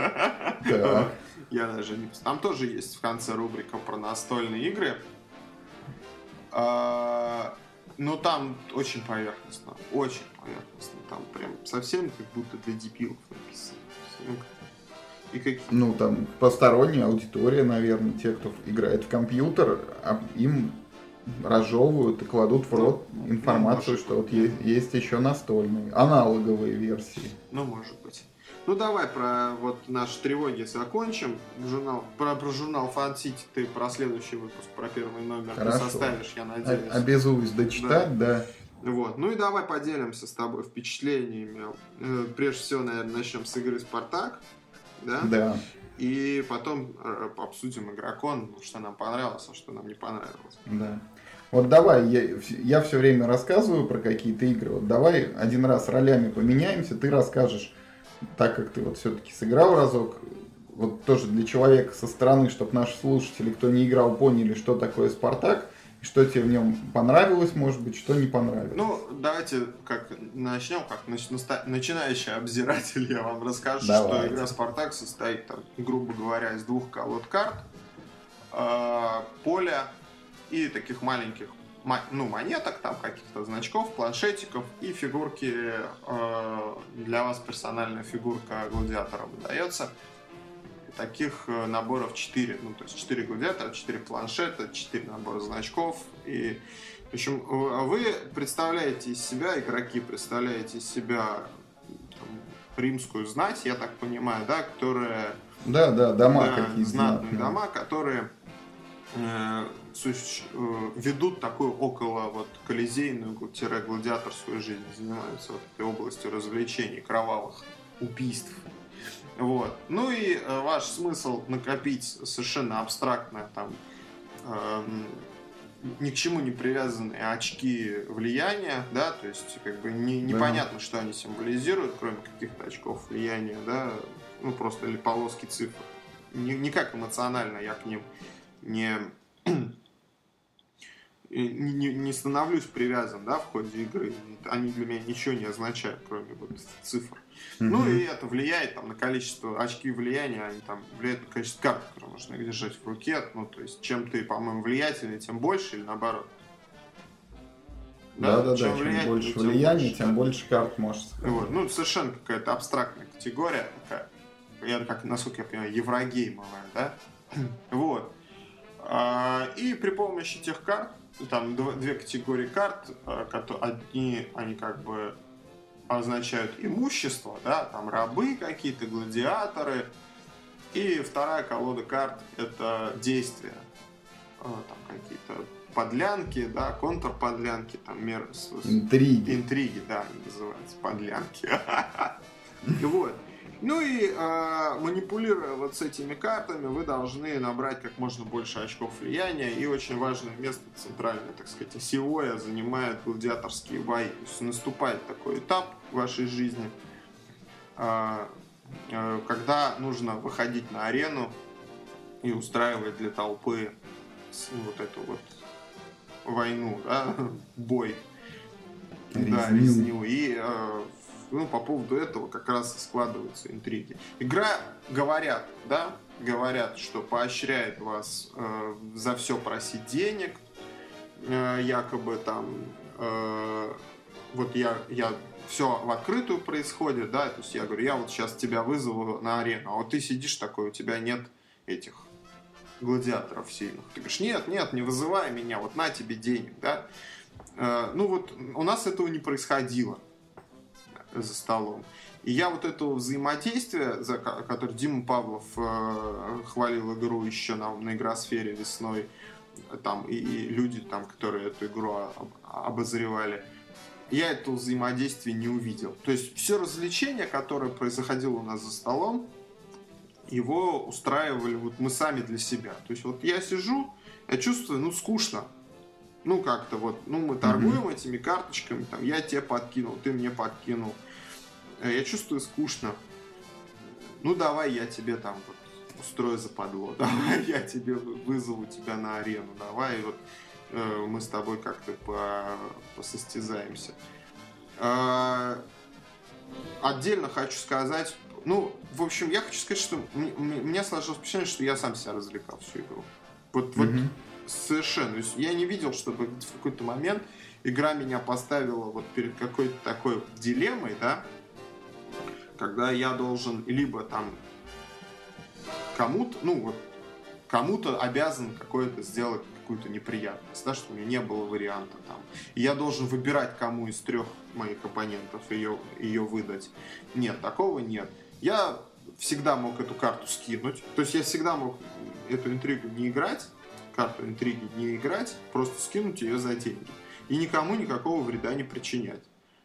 Да. Я даже не... Там тоже есть в конце рубрика про настольные игры. А, но там очень поверхностно. Очень поверхностно. Там прям совсем как будто для дебилов написано. И какие... Ну, там посторонняя аудитория, наверное, те, кто играет в компьютер, им разжевывают и кладут в рот ну, информацию, ну, что вот есть, есть еще настольные, аналоговые версии. Ну, может быть. Ну, давай про вот наши тревоги закончим. Журнал, про, про журнал Фан-Сити ты про следующий выпуск, про первый номер Хорошо. Ты составишь, я надеюсь. О- обязуюсь дочитать, да. да. Вот. Ну и давай поделимся с тобой впечатлениями. Прежде всего, наверное, начнем с игры «Спартак». Да? Да. И потом обсудим «Игрокон», что нам понравилось, а что нам не понравилось. Да. Вот давай, я, я все время рассказываю про какие-то игры. Вот давай один раз ролями поменяемся, ты расскажешь, так как ты вот все-таки сыграл разок, вот тоже для человека со стороны, чтобы наши слушатели, кто не играл, поняли, что такое «Спартак», и что тебе в нем понравилось, может быть, что не понравилось. Ну, давайте как начнем, как начинающий обзиратель, я вам расскажу, Давайте. Что игра «Спартак» состоит, там, грубо говоря, из двух колод карт, э, поля и таких маленьких ну, монеток, там каких-то значков, планшетиков и фигурки, э, для вас персональная фигурка гладиатора выдается. Таких наборов четыре, ну, то есть четыре гладиатора, четыре планшета, четыре набора значков. И, в общем, вы представляете из себя, игроки представляете из себя там, римскую знать, я так понимаю, да, которая... Да, да, дома да, какие-то. Знатные дома, которые... Э, ведут такую около вот колизейную-гладиаторскую жизнь, занимаются вот этой областью развлечений, кровавых убийств. Вот. Ну и э, ваш смысл накопить совершенно абстрактное там эм, ни к чему не привязанные очки влияния, да, то есть как бы не, непонятно, да. Что они символизируют, кроме каких-то очков влияния, да, ну просто или полоски цифр. Ни, никак эмоционально я к ним не, не, не становлюсь привязан, да, в ходе игры. Они для меня ничего не означают, кроме вот цифр. Mm-hmm. Ну и это влияет там, на количество очки влияния, они там влияют на количество карт, которые можно держать в руке. Ну, то есть, чем ты, по-моему, влиятельнее, тем больше или наоборот? Да, да, да, чем, да, чем больше тем влияния, больше, тем да. больше карт можешь сохранить. Вот. Ну, совершенно какая-то абстрактная категория такая. Я, как, насколько я понимаю, еврогеймовая, да? Вот. И при помощи тех карт, там две категории карт, одни, они как бы означают имущество, да, там рабы какие-то, гладиаторы. И вторая колода карт — это действия. Там какие-то подлянки, да, контрподлянки, там мер... Интриги. Интриги, да, они называются, подлянки. Вот. Ну и э, манипулируя вот с этими картами, вы должны набрать как можно больше очков влияния. И очень важное место, центральное, так сказать, осевое, занимает гладиаторские бои. То есть наступает такой этап в вашей жизни, э, э, когда нужно выходить на арену и устраивать для толпы вот эту вот войну, да, бой, резню. Да, резню. И э, ну, по поводу этого как раз и складываются интриги. Игра, говорят, да, говорят, что поощряет вас э, за все просить денег, э, якобы там, э, вот я, я все в открытую происходит, да, то есть я говорю, я вот сейчас тебя вызову на арену, а вот ты сидишь такой, у тебя нет этих гладиаторов сильных. Ты говоришь, нет, нет, не вызывай меня, вот на тебе денег, да. Э, ну вот у нас этого не происходило за столом. И я вот этого взаимодействия, за которое Дима Павлов э, хвалил игру еще на, на игросфере весной, там, и, и люди, там, которые эту игру об, обозревали, я этого взаимодействия не увидел. То есть все развлечение, которое происходило у нас за столом, его устраивали вот мы сами для себя. То есть вот я сижу, я чувствую, ну, скучно. Ну, как-то вот, ну, мы торгуем mm-hmm. этими карточками, там, я тебе подкинул, ты мне подкинул. Я чувствую скучно. Ну, давай я тебе там вот устрою западло, давай я тебе вызову тебя на арену, давай вот э, мы с тобой как-то по, посостязаемся. Э, отдельно хочу сказать, ну, в общем, я хочу сказать, что у меня сложилось впечатление, что я сам себя развлекал всю игру. Вот, вот mm-hmm. совершенно. То есть я не видел, чтобы в какой-то момент игра меня поставила вот перед какой-то такой дилеммой, да, когда я должен либо там кому-то, ну вот, кому-то обязан какое-то сделать какую-то неприятность, да, что у меня не было варианта там. И я должен выбирать, кому из трех моих оппонентов ее, ее выдать. Нет, такого нет. Я всегда мог эту карту скинуть. То есть я всегда мог эту интригу не играть, карту интриги не играть, просто скинуть ее за деньги. И никому никакого вреда не причинять.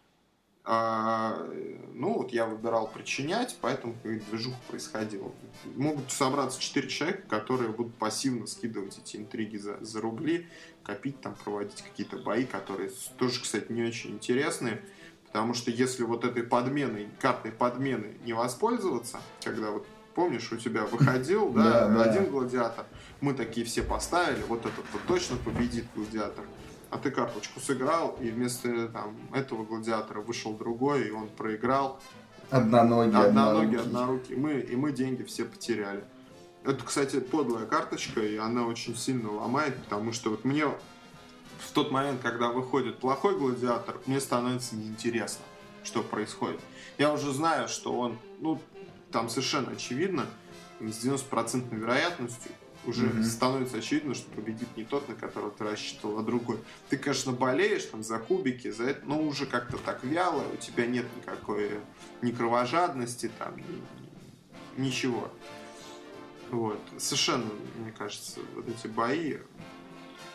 А, ну, вот я выбирал причинять, поэтому движуха происходила. Могут собраться четыре человека, которые будут пассивно скидывать эти интриги за, за рубли, копить, там, проводить какие-то бои, которые тоже, кстати, не очень интересные. Потому что если вот этой подменой, картной подменой не воспользоваться, когда вот, помнишь, у тебя выходил, да, да, один да. гладиатор, мы такие все поставили, вот этот вот точно победит гладиатор. А ты карточку сыграл, и вместо там, этого гладиатора вышел другой, и он проиграл. Одноногий, одноногий, однорукий. Мы, и мы деньги все потеряли. Это, кстати, подлая карточка, и она очень сильно ломает, потому что вот мне в тот момент, когда выходит плохой гладиатор, мне становится неинтересно, что происходит. Я уже знаю, что он, ну, там совершенно очевидно, с девяносто процентов вероятностью, уже mm-hmm. становится очевидно, что победит не тот, на которого ты рассчитывал, а другой. Ты, конечно, болеешь там за кубики, за это, но уже как-то так вяло, у тебя нет никакой ни кровожадности, там, ни, ничего. Вот. Совершенно, мне кажется, вот эти бои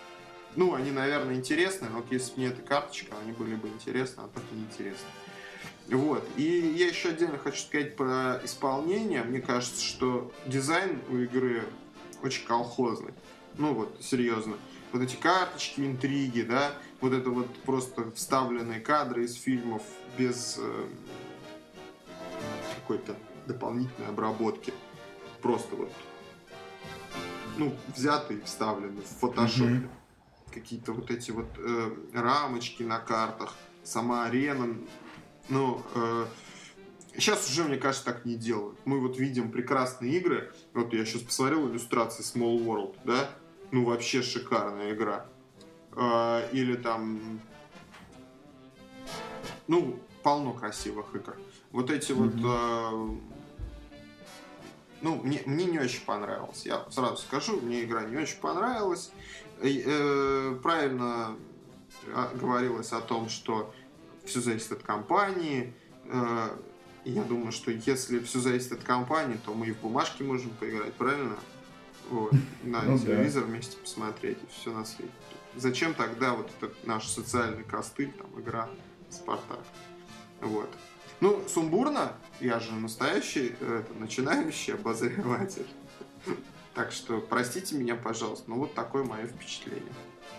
Ну, они, наверное, интересны, но вот если бы не эта карточка, они были бы интересны, а так неинтересны. Вот. И я еще отдельно хочу сказать про исполнение. Мне кажется, что дизайн у игры очень колхозный. Ну вот, серьезно. Вот эти карточки, интриги, да, вот это вот просто вставленные кадры из фильмов без э, какой-то дополнительной обработки. Просто вот, ну, взятые и вставлены в фотошопе. Mm-hmm. Какие-то вот эти вот э, рамочки на картах, сама арена. Ну, э, сейчас уже, мне кажется, так не делают. Мы вот видим прекрасные игры. Вот я сейчас посмотрел иллюстрации Small World, да? Ну, вообще шикарная игра. Э, или там... Ну, полно красивых игр. Вот эти mm-hmm. вот... Э, ну, мне, мне не очень понравилось. Я сразу скажу, мне игра не очень понравилась. И, э, правильно говорилось о том, что все зависит от компании. Э, я думаю, что если все зависит от компании, то мы и в бумажке можем поиграть, правильно? Вот. На ну, телевизор да. вместе посмотреть, и все на свете. Зачем тогда вот этот наш социальный костыль, там, игра Спартак? Вот. Ну, сумбурно, я же настоящий, это, начинающий обозреватель. Так что простите меня, пожалуйста, но вот такое мое впечатление.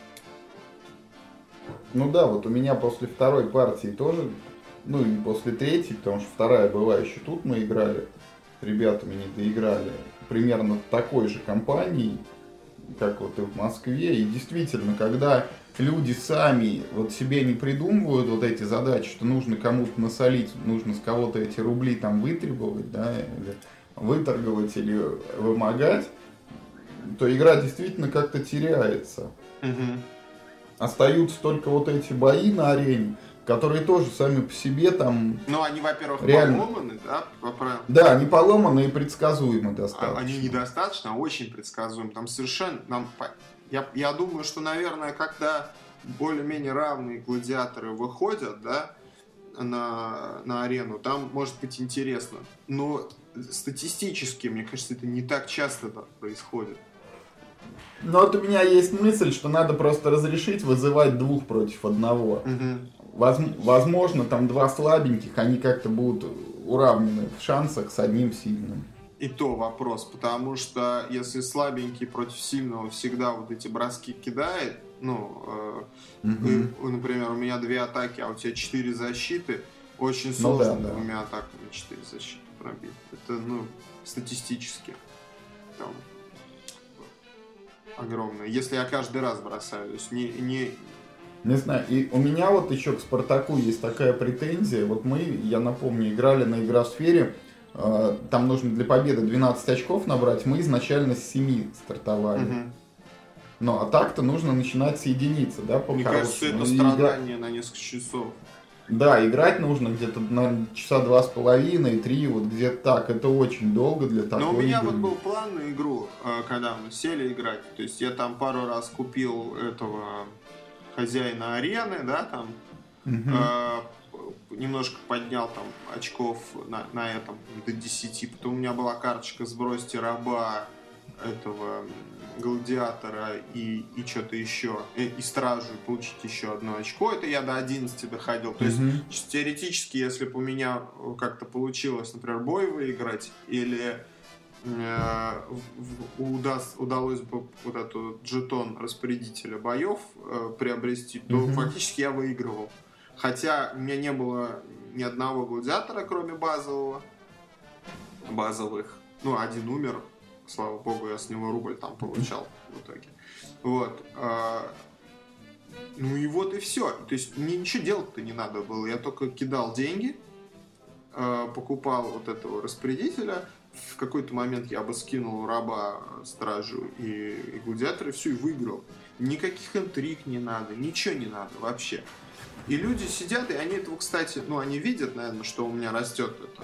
Ну да, вот у меня после второй партии тоже, ну и после третьей, потому что вторая была еще тут, мы играли, с ребятами не доиграли, примерно такой же компанией, как вот и в Москве. И действительно, когда люди сами вот себе не придумывают вот эти задачи, что нужно кому-то насолить, нужно с кого-то эти рубли там вытребовать, да, или выторговать, или вымогать, то игра действительно как-то теряется. Угу. Остаются только вот эти бои на арене, которые тоже сами по себе там... Ну, они, во-первых, реально... поломаны, да? По-правильно. Да, они поломаны и предсказуемы достаточно. Они недостаточно, а очень предсказуемы. Там совершенно... Нам... Я, я думаю, что, наверное, когда более-менее равные гладиаторы выходят, да, на, на арену, там может быть интересно. Но статистически, мне кажется, это не так часто так происходит. Но вот у меня есть мысль, что надо просто разрешить вызывать двух против одного. Угу. Возможно, там два слабеньких, они как-то будут уравнены в шансах с одним сильным. И то вопрос, потому что если слабенький против сильного всегда вот эти броски кидает, ну, э, угу. и, например, у меня две атаки, а у тебя четыре защиты, очень сложно ну, да, двумя да. атаками четыре защиты пробить. Это, ну, статистически там огромное. Если я каждый раз бросаю, то есть не... не... Не знаю, и у меня вот еще к Спартаку есть такая претензия. Вот мы, я напомню, играли на игросфере, э, там нужно для победы двенадцать очков набрать, мы изначально с семи стартовали. Угу. Ну, а так-то нужно начинать с единицы, да, по Мне кажется, это ну, страдание игра... на несколько часов. Да, играть нужно где-то на часа два с половиной, три, вот где-то так. Это очень долго для такой игры. Но у меня игры. Вот был план на игру, когда мы сели играть. То есть я там пару раз купил этого хозяина арены, да, там, угу. э, немножко поднял там очков на, на этом до десяти. Потом у меня была карточка «Сбросьте раба», этого гладиатора и, и что-то еще, и, и стражу, и получить еще одно очко. Это я до одиннадцати доходил. То mm-hmm. есть теоретически, если бы у меня как-то получилось, например, бой выиграть, или э, удаст, удалось бы вот этот жетон распорядителя боев э, приобрести, то mm-hmm. фактически я выигрывал. Хотя у меня не было ни одного гладиатора, кроме базового, базовых. Ну, один умер. Слава богу, я с него рубль там получал в итоге. Вот. Ну и вот и все. То есть мне ничего делать-то не надо было. Я только кидал деньги, покупал вот этого распорядителя. В какой-то момент я бы скинул раба, стражу и, и гладиатора, и все, и выиграл. Никаких интриг не надо, ничего не надо вообще. И люди сидят, и они этого, кстати, ну они видят, наверное, что у меня растет это.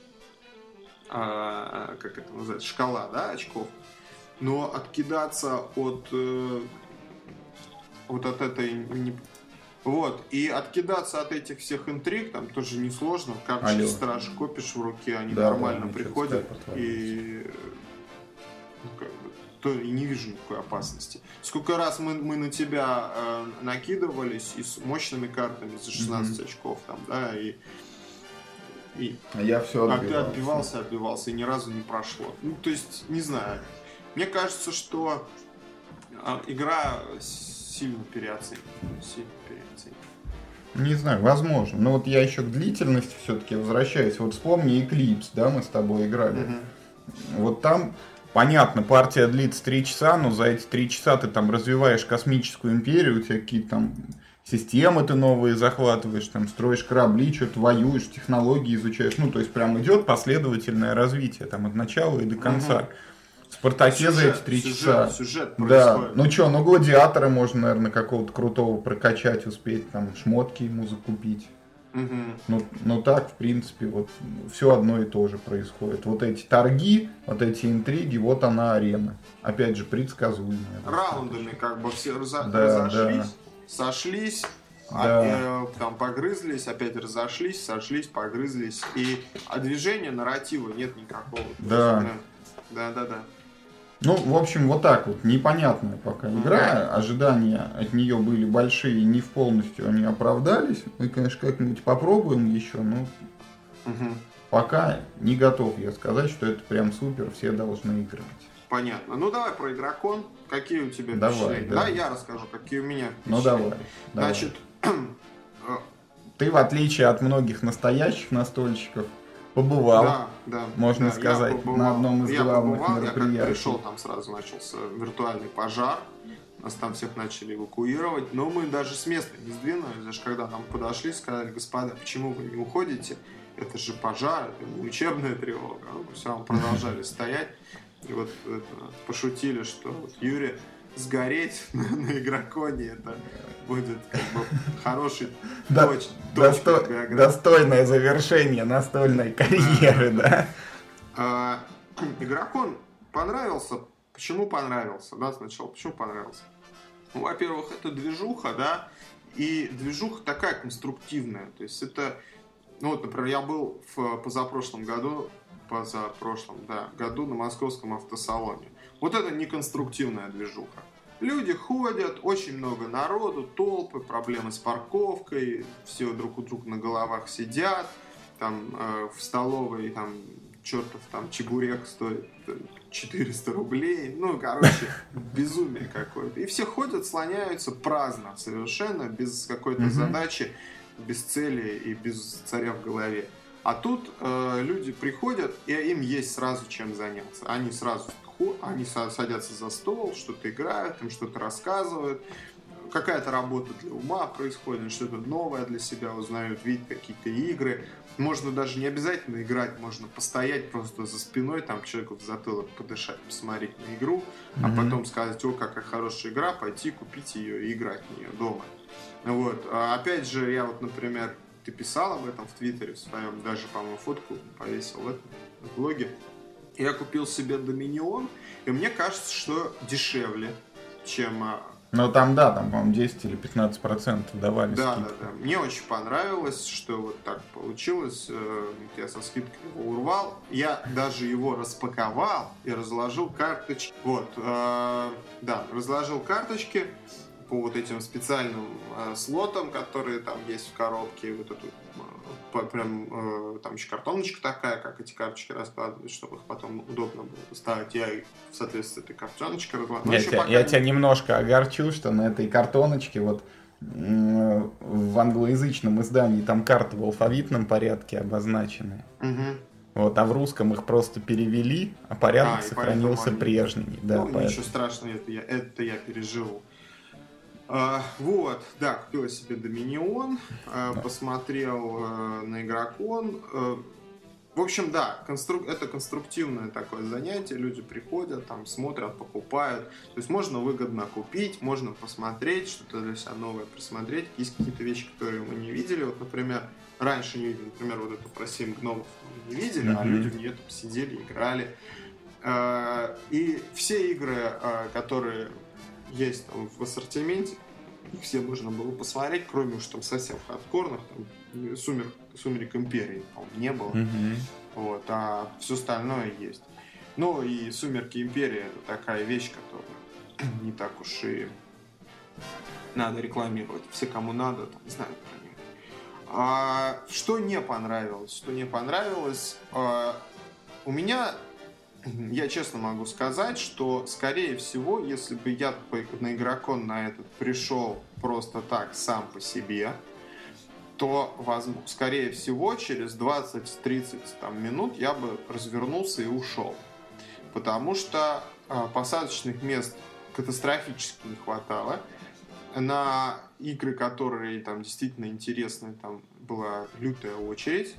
А, как это называется, шкала, да, очков. Но откидаться от э, вот от этой не, вот, и откидаться от этих всех интриг там тоже несложно. Карточки страж копишь в руке, они да, нормально да, приходят и ну, как бы, то и не вижу никакой опасности. Сколько раз мы, мы на тебя э, накидывались и с мощными картами за шестнадцать mm-hmm. очков, там, да, и, и а я все отбивался. А ты отбивался, отбивался, и ни разу не прошло. Ну, то есть, не знаю. Мне кажется, что э, игра сильно переоценена. Сильно переоценена. Не знаю, возможно. Но вот я еще к длительности все-таки возвращаюсь. Вот вспомни Eclipse, да, мы с тобой играли. Mm-hmm. Вот там, понятно, партия длится три часа, но за эти три часа ты там развиваешь космическую империю, у тебя какие-то там системы ты новые захватываешь, там строишь корабли, что-то воюешь, технологии изучаешь. Ну, то есть прям идет последовательное развитие там от начала и до конца. Mm-hmm. Спартаке за эти три часа. Сюжет да. происходит. Ну что, ну гладиатора можно, наверное, какого-то крутого прокачать, успеть, там, шмотки ему закупить. Угу. Ну, ну так, в принципе, вот все одно и то же происходит. Вот эти торги, вот эти интриги, вот она арена. Опять же, предсказуемая. Раундами как бы все разо- да, разошлись, да. сошлись, да. а, э, там погрызлись, опять разошлись, сошлись, погрызлись. И а движения, нарратива нет никакого. Да. Да, да, да. Ну, в общем, вот так вот, непонятная пока игра, ожидания от нее были большие, не в полностью они оправдались. Мы, конечно, как-нибудь попробуем еще, но угу. пока не готов я сказать, что это прям супер, все должны играть. Понятно. Ну, давай про Игрокон. Какие у тебя давай, впечатления? Да. Да, я расскажу, какие у меня впечатления. Ну, давай. Значит, ты, в отличие от многих настоящих настольщиков, побывал, да, да, можно да, сказать, на одном из я главных побывал, мероприятий. Я как пришел, там сразу начался виртуальный пожар. Нас там всех начали эвакуировать. Но мы даже с места не сдвинулись. Даже когда нам подошли, сказали: господа, почему вы не уходите? Это же пожар, это не учебная тревога. Ну, все, мы продолжали стоять. И вот это, пошутили, что вот Юрий сгореть на, на Игроконе, это будет как бы хороший да, точ, досто, достойное завершение настольной карьеры, да. А, Игрокон понравился. Почему понравился? Да, сначала, почему понравился? Ну, во-первых, это движуха, да, и движуха такая конструктивная. То есть это, ну вот, например, я был в позапрошлом году, позапрошлом, да, году на московском автосалоне. Вот это не конструктивная движуха. Люди ходят, очень много народу, толпы, проблемы с парковкой, все друг у друга на головах сидят, там э, в столовой там чертов там чебурек стоит четыреста рублей, ну, короче, безумие какое-то. И все ходят, слоняются праздно совершенно, без какой-то mm-hmm. задачи, без цели и без царя в голове. А тут э, люди приходят, и им есть сразу чем заняться. Они сразу они садятся за стол, что-то играют, им что-то рассказывают. Какая-то работа для ума происходит, что-то новое для себя узнают, видят какие-то игры. Можно даже не обязательно играть, можно постоять просто за спиной, там человеку в затылок подышать, посмотреть на игру, mm-hmm. а потом сказать: о, какая хорошая игра, пойти купить ее и играть в нее дома. Вот. А опять же, я вот, например, ты писал об этом в Твиттере в своем, даже, по-моему, фотку повесил в этом в блоге. Я купил себе Доминион, и мне кажется, что дешевле, чем... Ну там, да, там, по-моему, десять или пятнадцать процентов давали да, скидку. Да, да, мне очень понравилось, что вот так получилось. Я со скидкой его урвал. Я даже его распаковал и разложил карточки. Вот, э, да, разложил карточки по вот этим специальным э, слотам, которые там есть в коробке. Вот эту э, прям э, там еще картоночка такая, как эти карточки раскладывать, чтобы их потом удобно было поставить. Я их в соответствии с этой картоночкой разложил. Я, тебя, я тебя немножко огорчу, что на этой картоночке вот э, в англоязычном издании там карты в алфавитном порядке обозначены. Угу. Вот, а в русском их просто перевели, а порядок а, сохранился прежний. Да, ну, поэтому... ничего страшного, это я, это я переживу. А, вот, да, купил себе Доминион, а, посмотрел а, на Игрокон. А, в общем, да, конструк... это конструктивное такое занятие. Люди приходят, там смотрят, покупают. То есть можно выгодно купить, можно посмотреть, что-то для себя новое присмотреть. Есть какие-то вещи, которые мы не видели. Вот, например, раньше не видели, например, вот эту про семь гномов мы не видели, mm-hmm. а люди в нее там сидели, играли. А, и все игры, а, которые есть там в ассортименте, их все можно было посмотреть, кроме уж там совсем хардкорных, там Сумер, Сумерек Империи, по-моему, не было. Mm-hmm. Вот, а все остальное есть. Ну и «Сумерки Империи» — это такая вещь, которую не так уж и надо рекламировать. Все, кому надо, там, знают про нее. А, что не понравилось? Что не понравилось? А, у меня, я честно могу сказать, что, скорее всего, если бы я на Игрокон на этот пришел просто так, сам по себе, то, возможно, скорее всего, через двадцать-тридцать там, минут я бы развернулся и ушел. Потому что а, посадочных мест катастрофически не хватало. На игры, которые там действительно интересны, там была лютая очередь.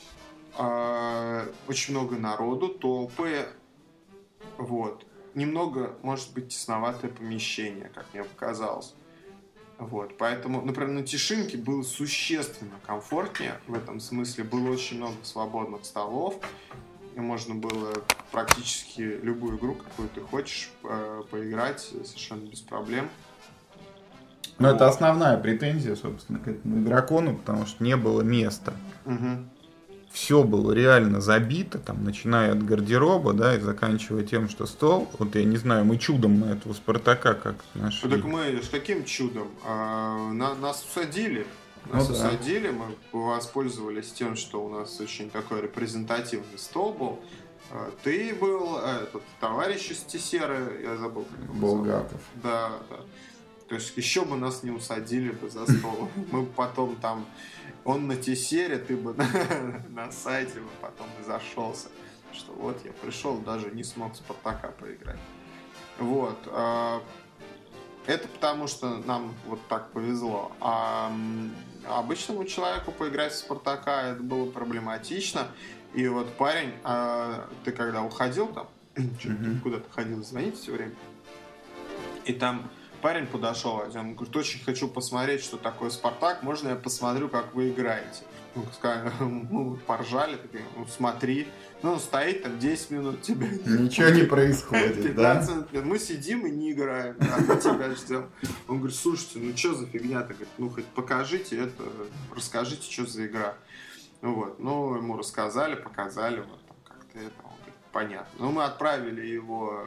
А, очень много народу, толпы. Вот. Немного, может быть, тесноватое помещение, как мне показалось. Вот, поэтому, например, на Тишинке было существенно комфортнее в этом смысле. Было очень много свободных столов. И можно было практически любую игру, какую ты хочешь, поиграть совершенно без проблем. Но вот. Это основная претензия, собственно, к этому Игрокону, потому что не было места. Угу. Все было реально забито, там, начиная от гардероба, да, и заканчивая тем, что стол. Вот я не знаю, мы чудом на этого Спартака как нашли. Так мы с каким чудом? А, на, нас усадили. Нас ну, усадили, да. Мы воспользовались тем, что у нас очень такой репрезентативный стол был. Ты был, этот товарищ из Тесеры, я забыл. Булгаков. Да, да. То есть еще бы нас не усадили бы за стол. Мы потом там, он на Тесере, ты бы на, на сайте бы потом и зашелся. Что вот я пришел, даже не смог Спартака поиграть. Вот. Это потому, что нам вот так повезло. А обычному человеку поиграть в Спартака это было проблематично. И вот парень, ты когда уходил там, mm-hmm. куда-то ходил звонить все время, и там парень подошел, он говорит, очень хочу посмотреть, что такое Спартак, можно я посмотрю, как вы играете? Ну, сказали, мы поржали, такие, ну, смотри. Ну, он стоит там десять минут, тебя... Ничего не происходит, да? Мы сидим и не играем, а мы тебя ждем. Он говорит, слушайте, ну что за фигня-то? Говорит, ну, хоть покажите это, расскажите, что за игра. Ну, вот, ну, ему рассказали, показали, вот, там, как-то это, он говорит, понятно. Ну, мы отправили его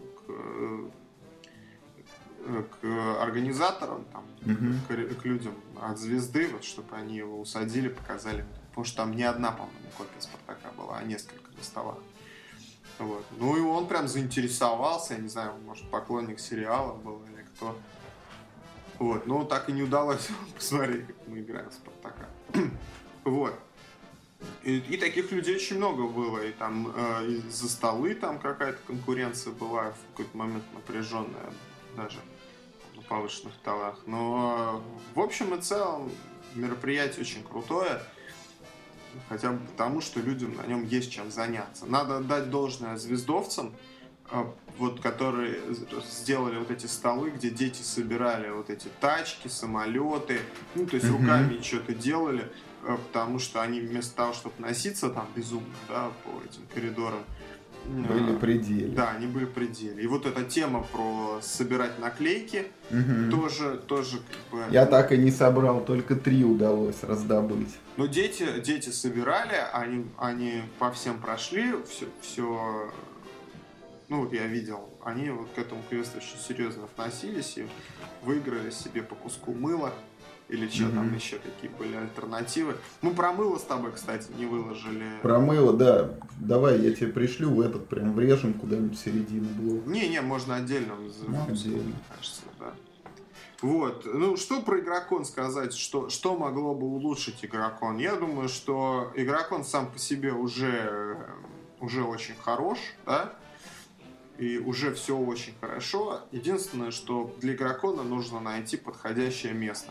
к... к организаторам, там, uh-huh. к, к людям от звезды, вот, чтобы они его усадили, показали. Потому что там не одна, по-моему, копия Спартака была, а несколько на столах. Вот. Ну и он прям заинтересовался, я не знаю, может, поклонник сериала был или кто. Вот. Но так и не удалось посмотреть, как мы играем в Спартака. Вот. И, и таких людей очень много было. И там э, и за столы там какая-то конкуренция была, в какой-то момент напряженная даже на повышенных столах. Но в общем и целом мероприятие очень крутое. Хотя бы потому, что людям на нем есть чем заняться. Надо отдать должное звездовцам, вот, которые сделали вот эти столы, где дети собирали вот эти тачки, самолеты, ну, то есть mm-hmm. руками что-то делали, потому что они вместо того, чтобы носиться там безумно, да, по этим коридорам, были пределы. Да, они были пределы. И вот эта тема про собирать наклейки угу. тоже, тоже как бы... Я так и не собрал, только три удалось раздобыть. Ну, дети, дети собирали, они, они по всем прошли, все, все... Ну, вот я видел, они вот к этому квесту очень серьезно относились и выиграли себе по куску мыла. Или что mm-hmm. там еще какие были альтернативы. Мы про мыло с тобой, кстати, не выложили. Про мыло, да. Давай я тебе пришлю в этот, прям врежем куда-нибудь в середину блока. Не-не, можно отдельно. Ну, отдельно. Мне кажется, да. Вот. Ну, что про Игрокон сказать? Что, что могло бы улучшить Игрокон? Я думаю, что Игрокон сам по себе уже, уже очень хорош, да? И уже все очень хорошо. Единственное, что для Игрокона нужно найти подходящее место.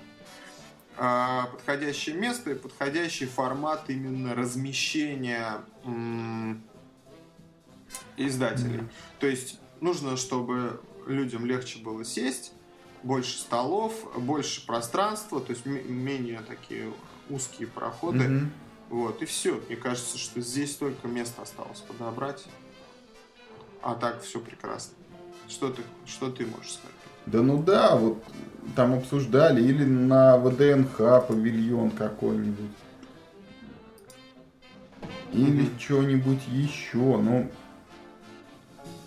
Подходящее место и подходящий формат именно размещения м- издателей. Mm-hmm. То есть нужно, чтобы людям легче было сесть, больше столов, больше пространства, то есть м- менее такие узкие проходы. Mm-hmm. Вот, и все. Мне кажется, что здесь только место осталось подобрать. А так все прекрасно. Что ты, что ты можешь сказать? Да ну да, вот там обсуждали, или на ВДНХ павильон какой-нибудь, или mm-hmm. что-нибудь еще, ну,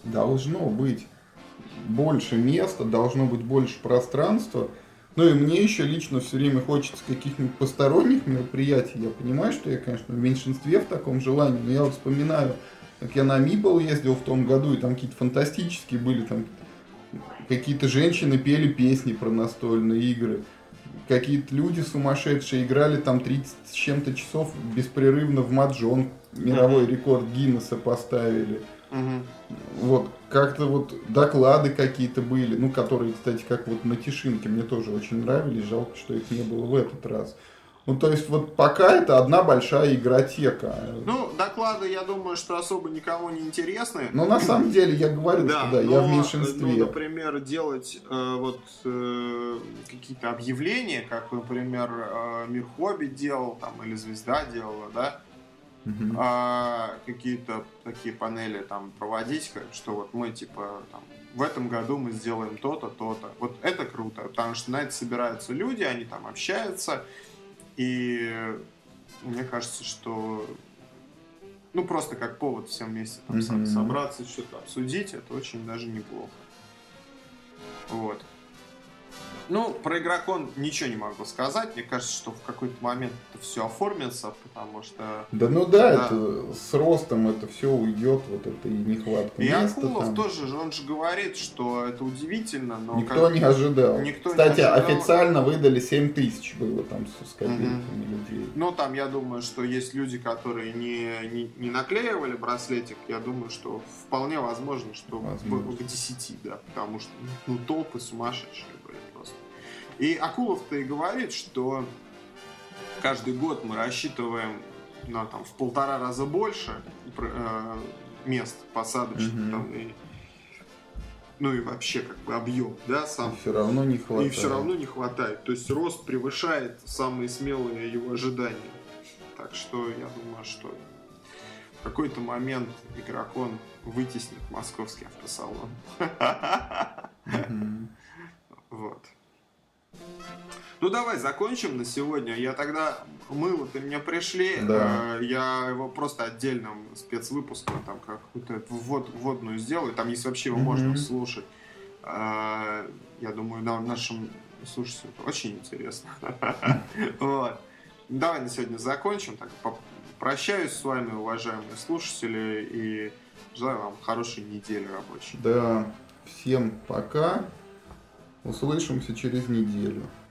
Должно быть больше места, должно быть больше пространства. Ну и мне еще лично все время хочется каких-нибудь посторонних мероприятий. Я понимаю, что я, конечно, в меньшинстве в таком желании, но я вот вспоминаю, как я на Мипл ездил в том году, и там какие-то фантастические были, там какие-то женщины пели песни про настольные игры, какие-то люди сумасшедшие играли там тридцать с чем-то часов беспрерывно в маджонг, мировой mm-hmm. рекорд Гиннесса поставили. Mm-hmm. Вот, как-то вот доклады какие-то были, ну, которые, кстати, как вот на Тишинке мне тоже очень нравились, жалко, что их не было в этот раз. Ну, то есть, вот пока это одна большая игротека. Ну, доклады, я думаю, что особо никому не интересны. Но на самом деле, я говорю, да, что да, но, я в меньшинстве. Ну, например, делать э, вот э, какие-то объявления, как, например, э, Мир Хобби делал, там, или Звезда делала, да, uh-huh. а, какие-то такие панели там проводить, что вот мы, типа, там, в этом году мы сделаем то-то, то-то. Вот это круто, потому что на это собираются люди, они там общаются. И мне кажется, что ну просто как повод всем вместе там mm-hmm. собраться и что-то обсудить, это очень даже неплохо. Вот. Ну, про Игрокон ничего не могу сказать. Мне кажется, что в какой-то момент это все оформится, потому что... Да ну да, да. Это с ростом это все уйдет, вот это и нехватка и места. И Акулов там. тоже, он же говорит, что это удивительно, но... Никто как... не ожидал. Никто Кстати, не ожидал. Официально выдали семь тысяч было там с копейками mm-hmm. людей. Ну, там, я думаю, что есть люди, которые не, не, не наклеивали браслетик. Я думаю, что вполне возможно, что возможно. К десяти, да, потому что ну, толпы сумасшедшие были просто. И Акулов-то и говорит, что каждый год мы рассчитываем на там, в полтора раза больше э, мест посадочных, mm-hmm. там, и, ну и вообще как бы объем, да, сам. И все равно не хватает. И все равно не хватает. То есть рост превышает самые смелые его ожидания. Так что я думаю, что в какой-то момент Игрокон вытеснит московский автосалон. Mm-hmm. Вот. Ну давай закончим на сегодня. Я тогда мыло-то мне пришли, да. э, я его просто отдельным спецвыпуском там какую-то ввод, вводную сделаю. Там если вообще его mm-hmm. можно слушать. Э, я думаю, да, нашим слушателям очень интересно. Вот. Давай на сегодня закончим. Так, прощаюсь с вами, уважаемые слушатели, и желаю вам хорошей недели рабочей. Да, всем пока. Услышимся через неделю.